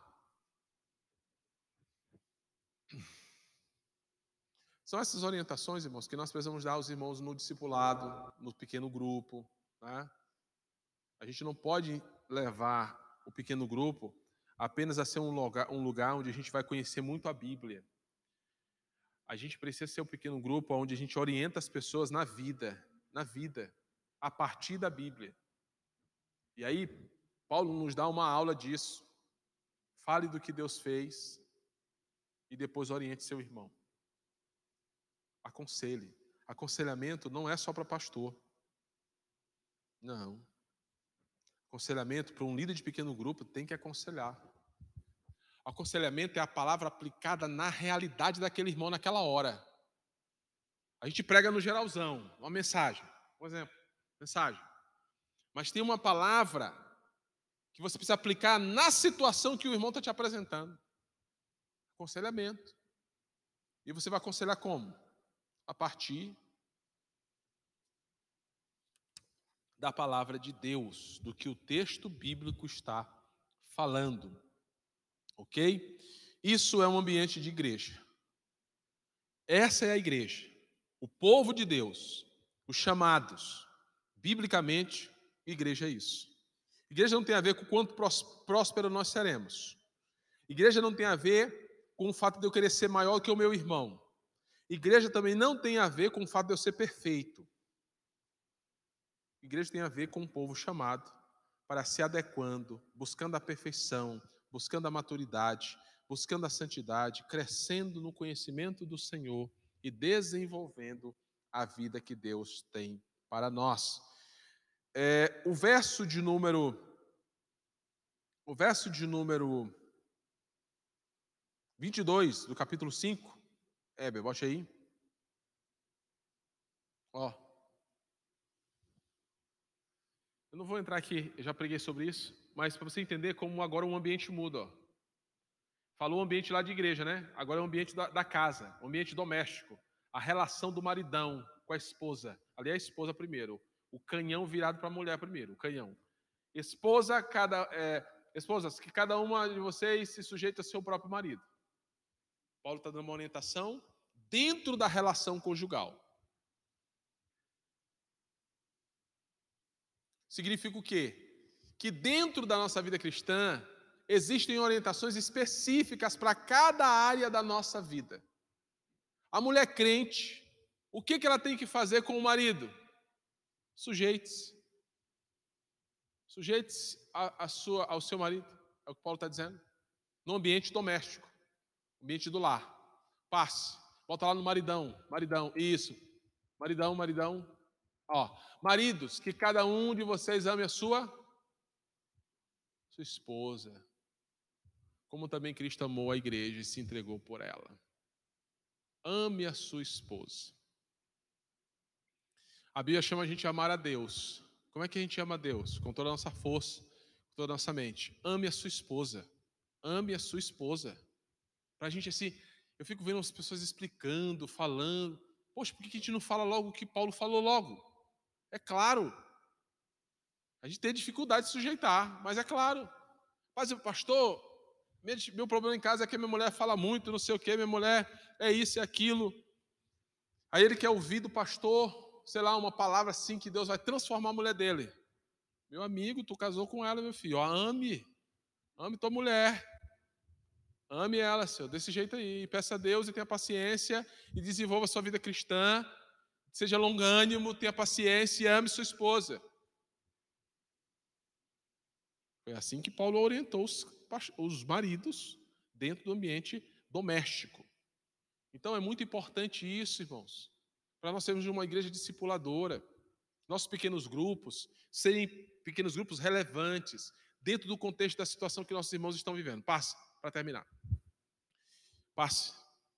São essas orientações, irmãos, que nós precisamos dar aos irmãos no discipulado, no pequeno grupo. Tá? A gente não pode levar o pequeno grupo apenas a ser um lugar onde a gente vai conhecer muito a Bíblia. A gente precisa ser um pequeno grupo onde a gente orienta as pessoas na vida, a partir da Bíblia. E aí, Paulo nos dá uma aula disso. Fale do que Deus fez e depois oriente seu irmão. Aconselhe. Aconselhamento não é só para pastor. Não. Aconselhamento para um líder de pequeno grupo tem que aconselhar. Aconselhamento é a palavra aplicada na realidade daquele irmão naquela hora. A gente prega no geralzão, uma mensagem, por exemplo, mensagem. Mas tem uma palavra que você precisa aplicar na situação que o irmão está te apresentando. Aconselhamento. E você vai aconselhar como? A partir da palavra de Deus, do que o texto bíblico está falando. Ok? Isso é um ambiente de igreja. Essa é a igreja. O povo de Deus, os chamados. Biblicamente, igreja é isso. Igreja não tem a ver com quanto próspero nós seremos. Igreja não tem a ver com o fato de eu querer ser maior que o meu irmão. Igreja também não tem a ver com o fato de eu ser perfeito. Igreja tem a ver com um povo chamado para se adequando, buscando a perfeição, buscando a maturidade, buscando a santidade, crescendo no conhecimento do Senhor e desenvolvendo a vida que Deus tem para nós. O verso de número 22 do capítulo 5, bote aí. Eu não vou entrar aqui, eu já preguei sobre isso, mas para você entender como agora o ambiente muda. Falou o ambiente lá de igreja, né? Agora é o ambiente da casa, o ambiente doméstico. A relação do maridão com a esposa. Ali é a esposa primeiro. O canhão virado para a mulher primeiro, o canhão. Esposas, que cada uma de vocês se sujeite ao seu próprio marido. Paulo está dando uma orientação dentro da relação conjugal. Significa o quê? Que dentro da nossa vida cristã existem orientações específicas para cada área da nossa vida. A mulher crente, o que ela tem que fazer com o marido? Sujeite-se. Sujeite-se ao seu marido, é o que Paulo está dizendo. No ambiente doméstico, ambiente do lar. Passe. Volta lá no maridão. Maridão, isso. Maridão. Maridos, que cada um de vocês ame a sua esposa. Como também Cristo amou a igreja e se entregou por ela. Ame a sua esposa. A Bíblia chama a gente de amar a Deus. Como é que a gente ama a Deus? Com toda a nossa força, com toda a nossa mente. Ame a sua esposa. Ame a sua esposa. Pra gente assim, eu fico vendo as pessoas explicando, falando. Poxa, por que a gente não fala logo o que Paulo falou logo? É claro. A gente tem dificuldade de sujeitar, mas é claro. Mas, pastor, meu problema em casa é que minha mulher fala muito, não sei o quê, minha mulher é isso e aquilo. Aí ele quer ouvir do pastor, sei lá, uma palavra assim que Deus vai transformar a mulher dele. Meu amigo, tu casou com ela, meu filho. Ame tua mulher. Ame ela, Senhor, desse jeito aí. Peça a Deus e tenha paciência e desenvolva a sua vida cristã. Seja longânimo, tenha paciência e ame sua esposa. Foi assim que Paulo orientou os maridos dentro do ambiente doméstico. Então é muito importante isso, irmãos, para nós sermos uma igreja discipuladora. Nossos pequenos grupos serem pequenos grupos relevantes dentro do contexto da situação que nossos irmãos estão vivendo. Passe, para terminar. Passe.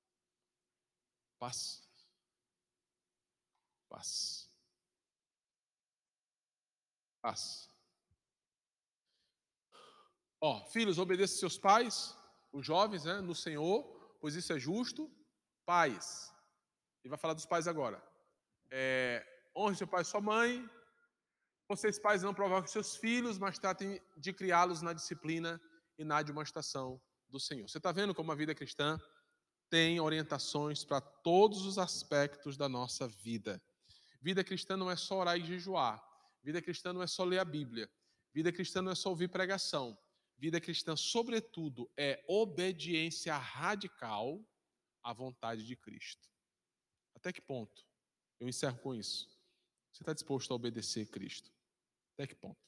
Filhos, obedeçam seus pais, os jovens, né, no Senhor, pois isso é justo. Pais, e vai falar dos pais agora. Honre seu pai e sua mãe. Vocês, pais, não provoquem seus filhos, mas tratem de criá-los na disciplina e na demonstração do Senhor. Você está vendo como a vida cristã tem orientações para todos os aspectos da nossa vida. Vida cristã não é só orar e jejuar. Vida cristã não é só ler a Bíblia. Vida cristã não é só ouvir pregação. Vida cristã, sobretudo, é obediência radical à vontade de Cristo. Até que ponto? Eu encerro com isso. Você está disposto a obedecer Cristo? Até que ponto?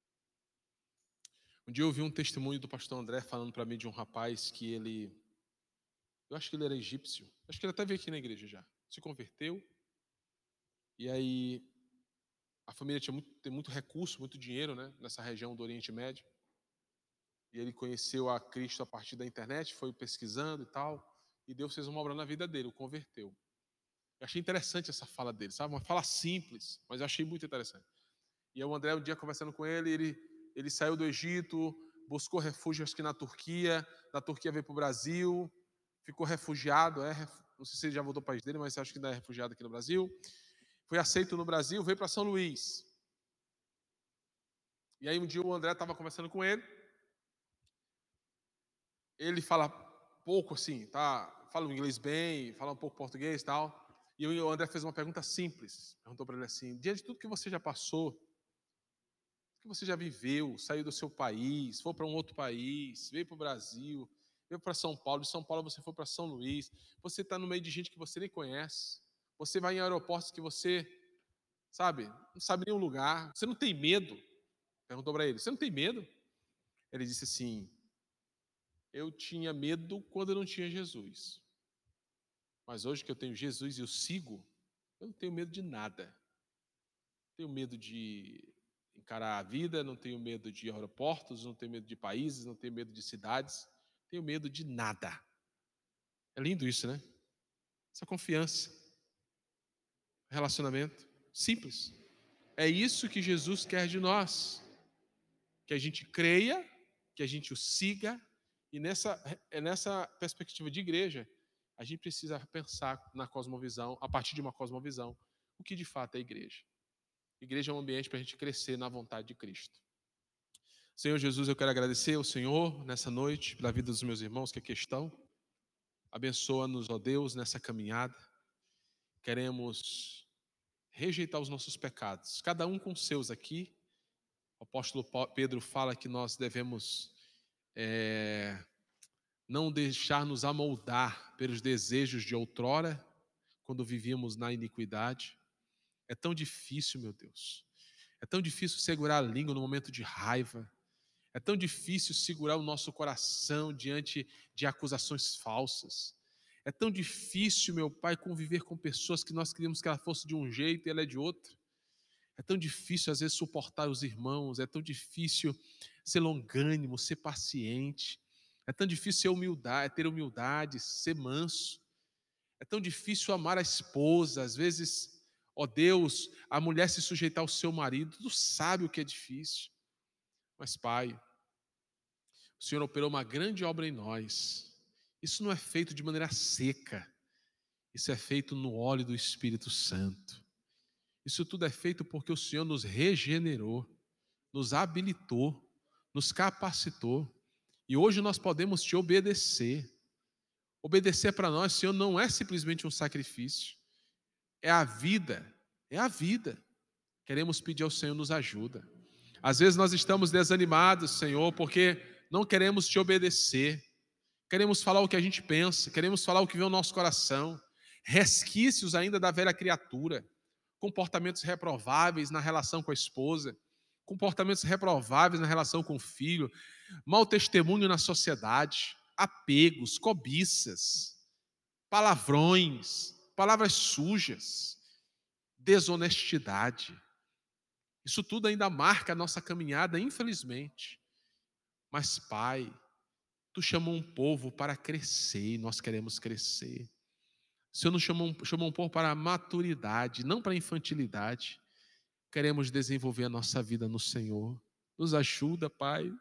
Um dia eu ouvi um testemunho do pastor André falando para mim de um rapaz que eu acho que ele era egípcio. Acho que ele até veio aqui na igreja já. Se converteu. E aí a família tem muito recurso, muito dinheiro, né, nessa região do Oriente Médio. E ele conheceu a Cristo a partir da internet, foi pesquisando e tal. E Deus fez uma obra na vida dele, o converteu. Eu achei interessante essa fala dele, sabe? Uma fala simples, mas eu achei muito interessante. E aí o André, um dia conversando com ele saiu do Egito, buscou refúgio acho que na Turquia veio para o Brasil, ficou refugiado, não sei se ele já voltou para o país dele, mas acho que ainda é refugiado aqui no Brasil. Foi aceito no Brasil, veio para São Luís. E aí um dia o André estava conversando com ele fala pouco assim, tá? Fala o inglês bem, fala um pouco português e tal. E o André fez uma pergunta simples, perguntou para ele assim, diante de tudo que você já passou, que você já viveu, saiu do seu país, foi para um outro país, veio para o Brasil, veio para São Paulo, de São Paulo você foi para São Luís, você está no meio de gente que você nem conhece, você vai em aeroportos que você, sabe, não sabe nenhum lugar, você não tem medo? Perguntou para ele, você não tem medo? Ele disse assim, eu tinha medo quando eu não tinha Jesus, mas hoje que eu tenho Jesus e eu sigo, eu não tenho medo de nada, não tenho medo de encarar a vida, não tenho medo de aeroportos, não tenho medo de países, não tenho medo de cidades, não tenho medo de nada. É lindo isso, né? Essa confiança, relacionamento, simples. É isso que Jesus quer de nós, que a gente creia, que a gente o siga, e nessa perspectiva de igreja, a gente precisa pensar na cosmovisão, a partir de uma cosmovisão, o que de fato é a igreja. Igreja é um ambiente para a gente crescer na vontade de Cristo. Senhor Jesus, eu quero agradecer ao Senhor nessa noite, pela vida dos meus irmãos que aqui estão. Abençoa-nos, ó Deus, nessa caminhada. Queremos rejeitar os nossos pecados, cada um com os seus aqui. O apóstolo Pedro fala que nós devemos não deixar nos amoldar pelos desejos de outrora, quando vivíamos na iniquidade. É tão difícil, meu Deus. É tão difícil segurar a língua no momento de raiva. É tão difícil segurar o nosso coração diante de acusações falsas. É tão difícil, meu Pai, conviver com pessoas que nós queríamos que ela fosse de um jeito e ela é de outro. É tão difícil, às vezes, suportar os irmãos. É tão difícil ser longânimo, ser paciente. É tão difícil ter humildade, ser manso. É tão difícil amar a esposa. Às vezes, ó Deus, a mulher se sujeitar ao seu marido. Tu sabe o que é difícil. Mas, Pai, o Senhor operou uma grande obra em nós. Isso não é feito de maneira seca. Isso é feito no óleo do Espírito Santo. Isso tudo é feito porque o Senhor nos regenerou, nos habilitou, nos capacitou. E hoje nós podemos te obedecer. Obedecer para nós, Senhor, não é simplesmente um sacrifício. É a vida. É a vida. Queremos pedir ao Senhor nos ajuda. Às vezes nós estamos desanimados, Senhor, porque não queremos te obedecer. Queremos falar o que a gente pensa, queremos falar o que vem no nosso coração. Resquícios ainda da velha criatura. Comportamentos reprováveis na relação com a esposa. Comportamentos reprováveis na relação com o filho. Mau testemunho na sociedade. Apegos, cobiças. Palavrões, palavras sujas. Desonestidade. Isso tudo ainda marca a nossa caminhada, infelizmente. Mas, Pai, Tu chamou um povo para crescer, e nós queremos crescer. O Senhor nos chamou um povo para a maturidade, não para a infantilidade. Queremos desenvolver a nossa vida no Senhor. Nos ajuda, Pai.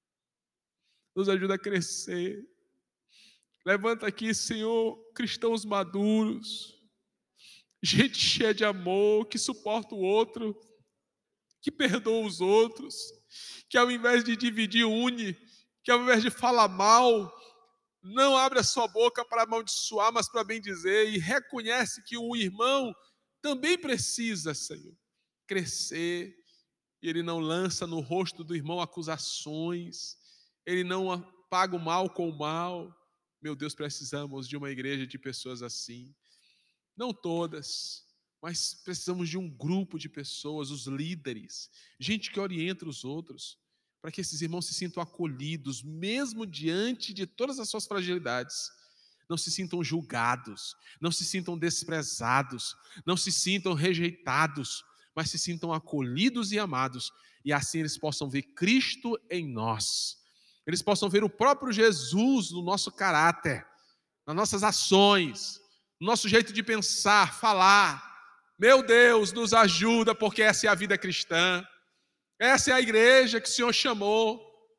Nos ajuda a crescer. Levanta aqui, Senhor, cristãos maduros, gente cheia de amor, que suporta o outro, que perdoa os outros, que ao invés de dividir, une, que ao invés de falar mal, não abre a sua boca para amaldiçoar, mas para bendizer, e reconhece que o irmão também precisa, Senhor, crescer, e ele não lança no rosto do irmão acusações, ele não paga o mal com o mal. Meu Deus, precisamos de uma igreja de pessoas assim. Não todas, mas precisamos de um grupo de pessoas, os líderes, gente que orienta os outros, para que esses irmãos se sintam acolhidos, mesmo diante de todas as suas fragilidades. Não se sintam julgados, não se sintam desprezados, não se sintam rejeitados, mas se sintam acolhidos e amados, e assim eles possam ver Cristo em nós. Eles possam ver o próprio Jesus no nosso caráter, nas nossas ações, no nosso jeito de pensar, falar. Meu Deus, nos ajuda, porque essa é a vida cristã. Essa é a igreja que o Senhor chamou.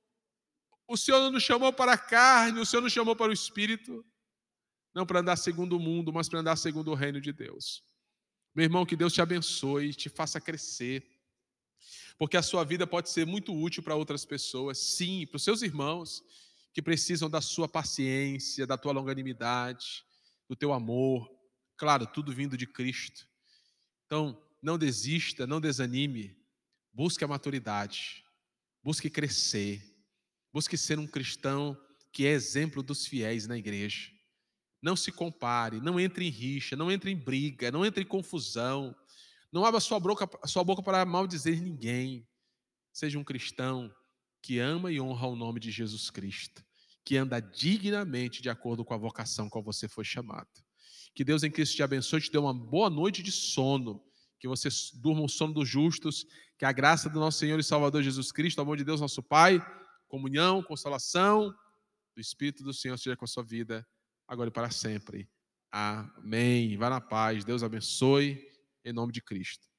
O Senhor não nos chamou para a carne, o Senhor nos chamou para o Espírito. Não para andar segundo o mundo, mas para andar segundo o reino de Deus. Meu irmão, que Deus te abençoe, te faça crescer. Porque a sua vida pode ser muito útil para outras pessoas. Sim, para os seus irmãos, que precisam da sua paciência, da tua longanimidade, do teu amor. Claro, tudo vindo de Cristo. Então, não desista, não desanime. Busque a maturidade. Busque crescer. Busque ser um cristão que é exemplo dos fiéis na igreja. Não se compare, não entre em rixa, não entre em briga, não entre em confusão. Não abra sua boca para maldizer ninguém. Seja um cristão que ama e honra o nome de Jesus Cristo, que anda dignamente de acordo com a vocação qual você foi chamado. Que Deus em Cristo te abençoe, te dê uma boa noite de sono, que você durma o sono dos justos, que a graça do nosso Senhor e Salvador Jesus Cristo, o amor de Deus nosso Pai, comunhão, consolação do Espírito do Senhor seja com a sua vida, agora e para sempre. Amém. Vá na paz, Deus abençoe, em nome de Cristo.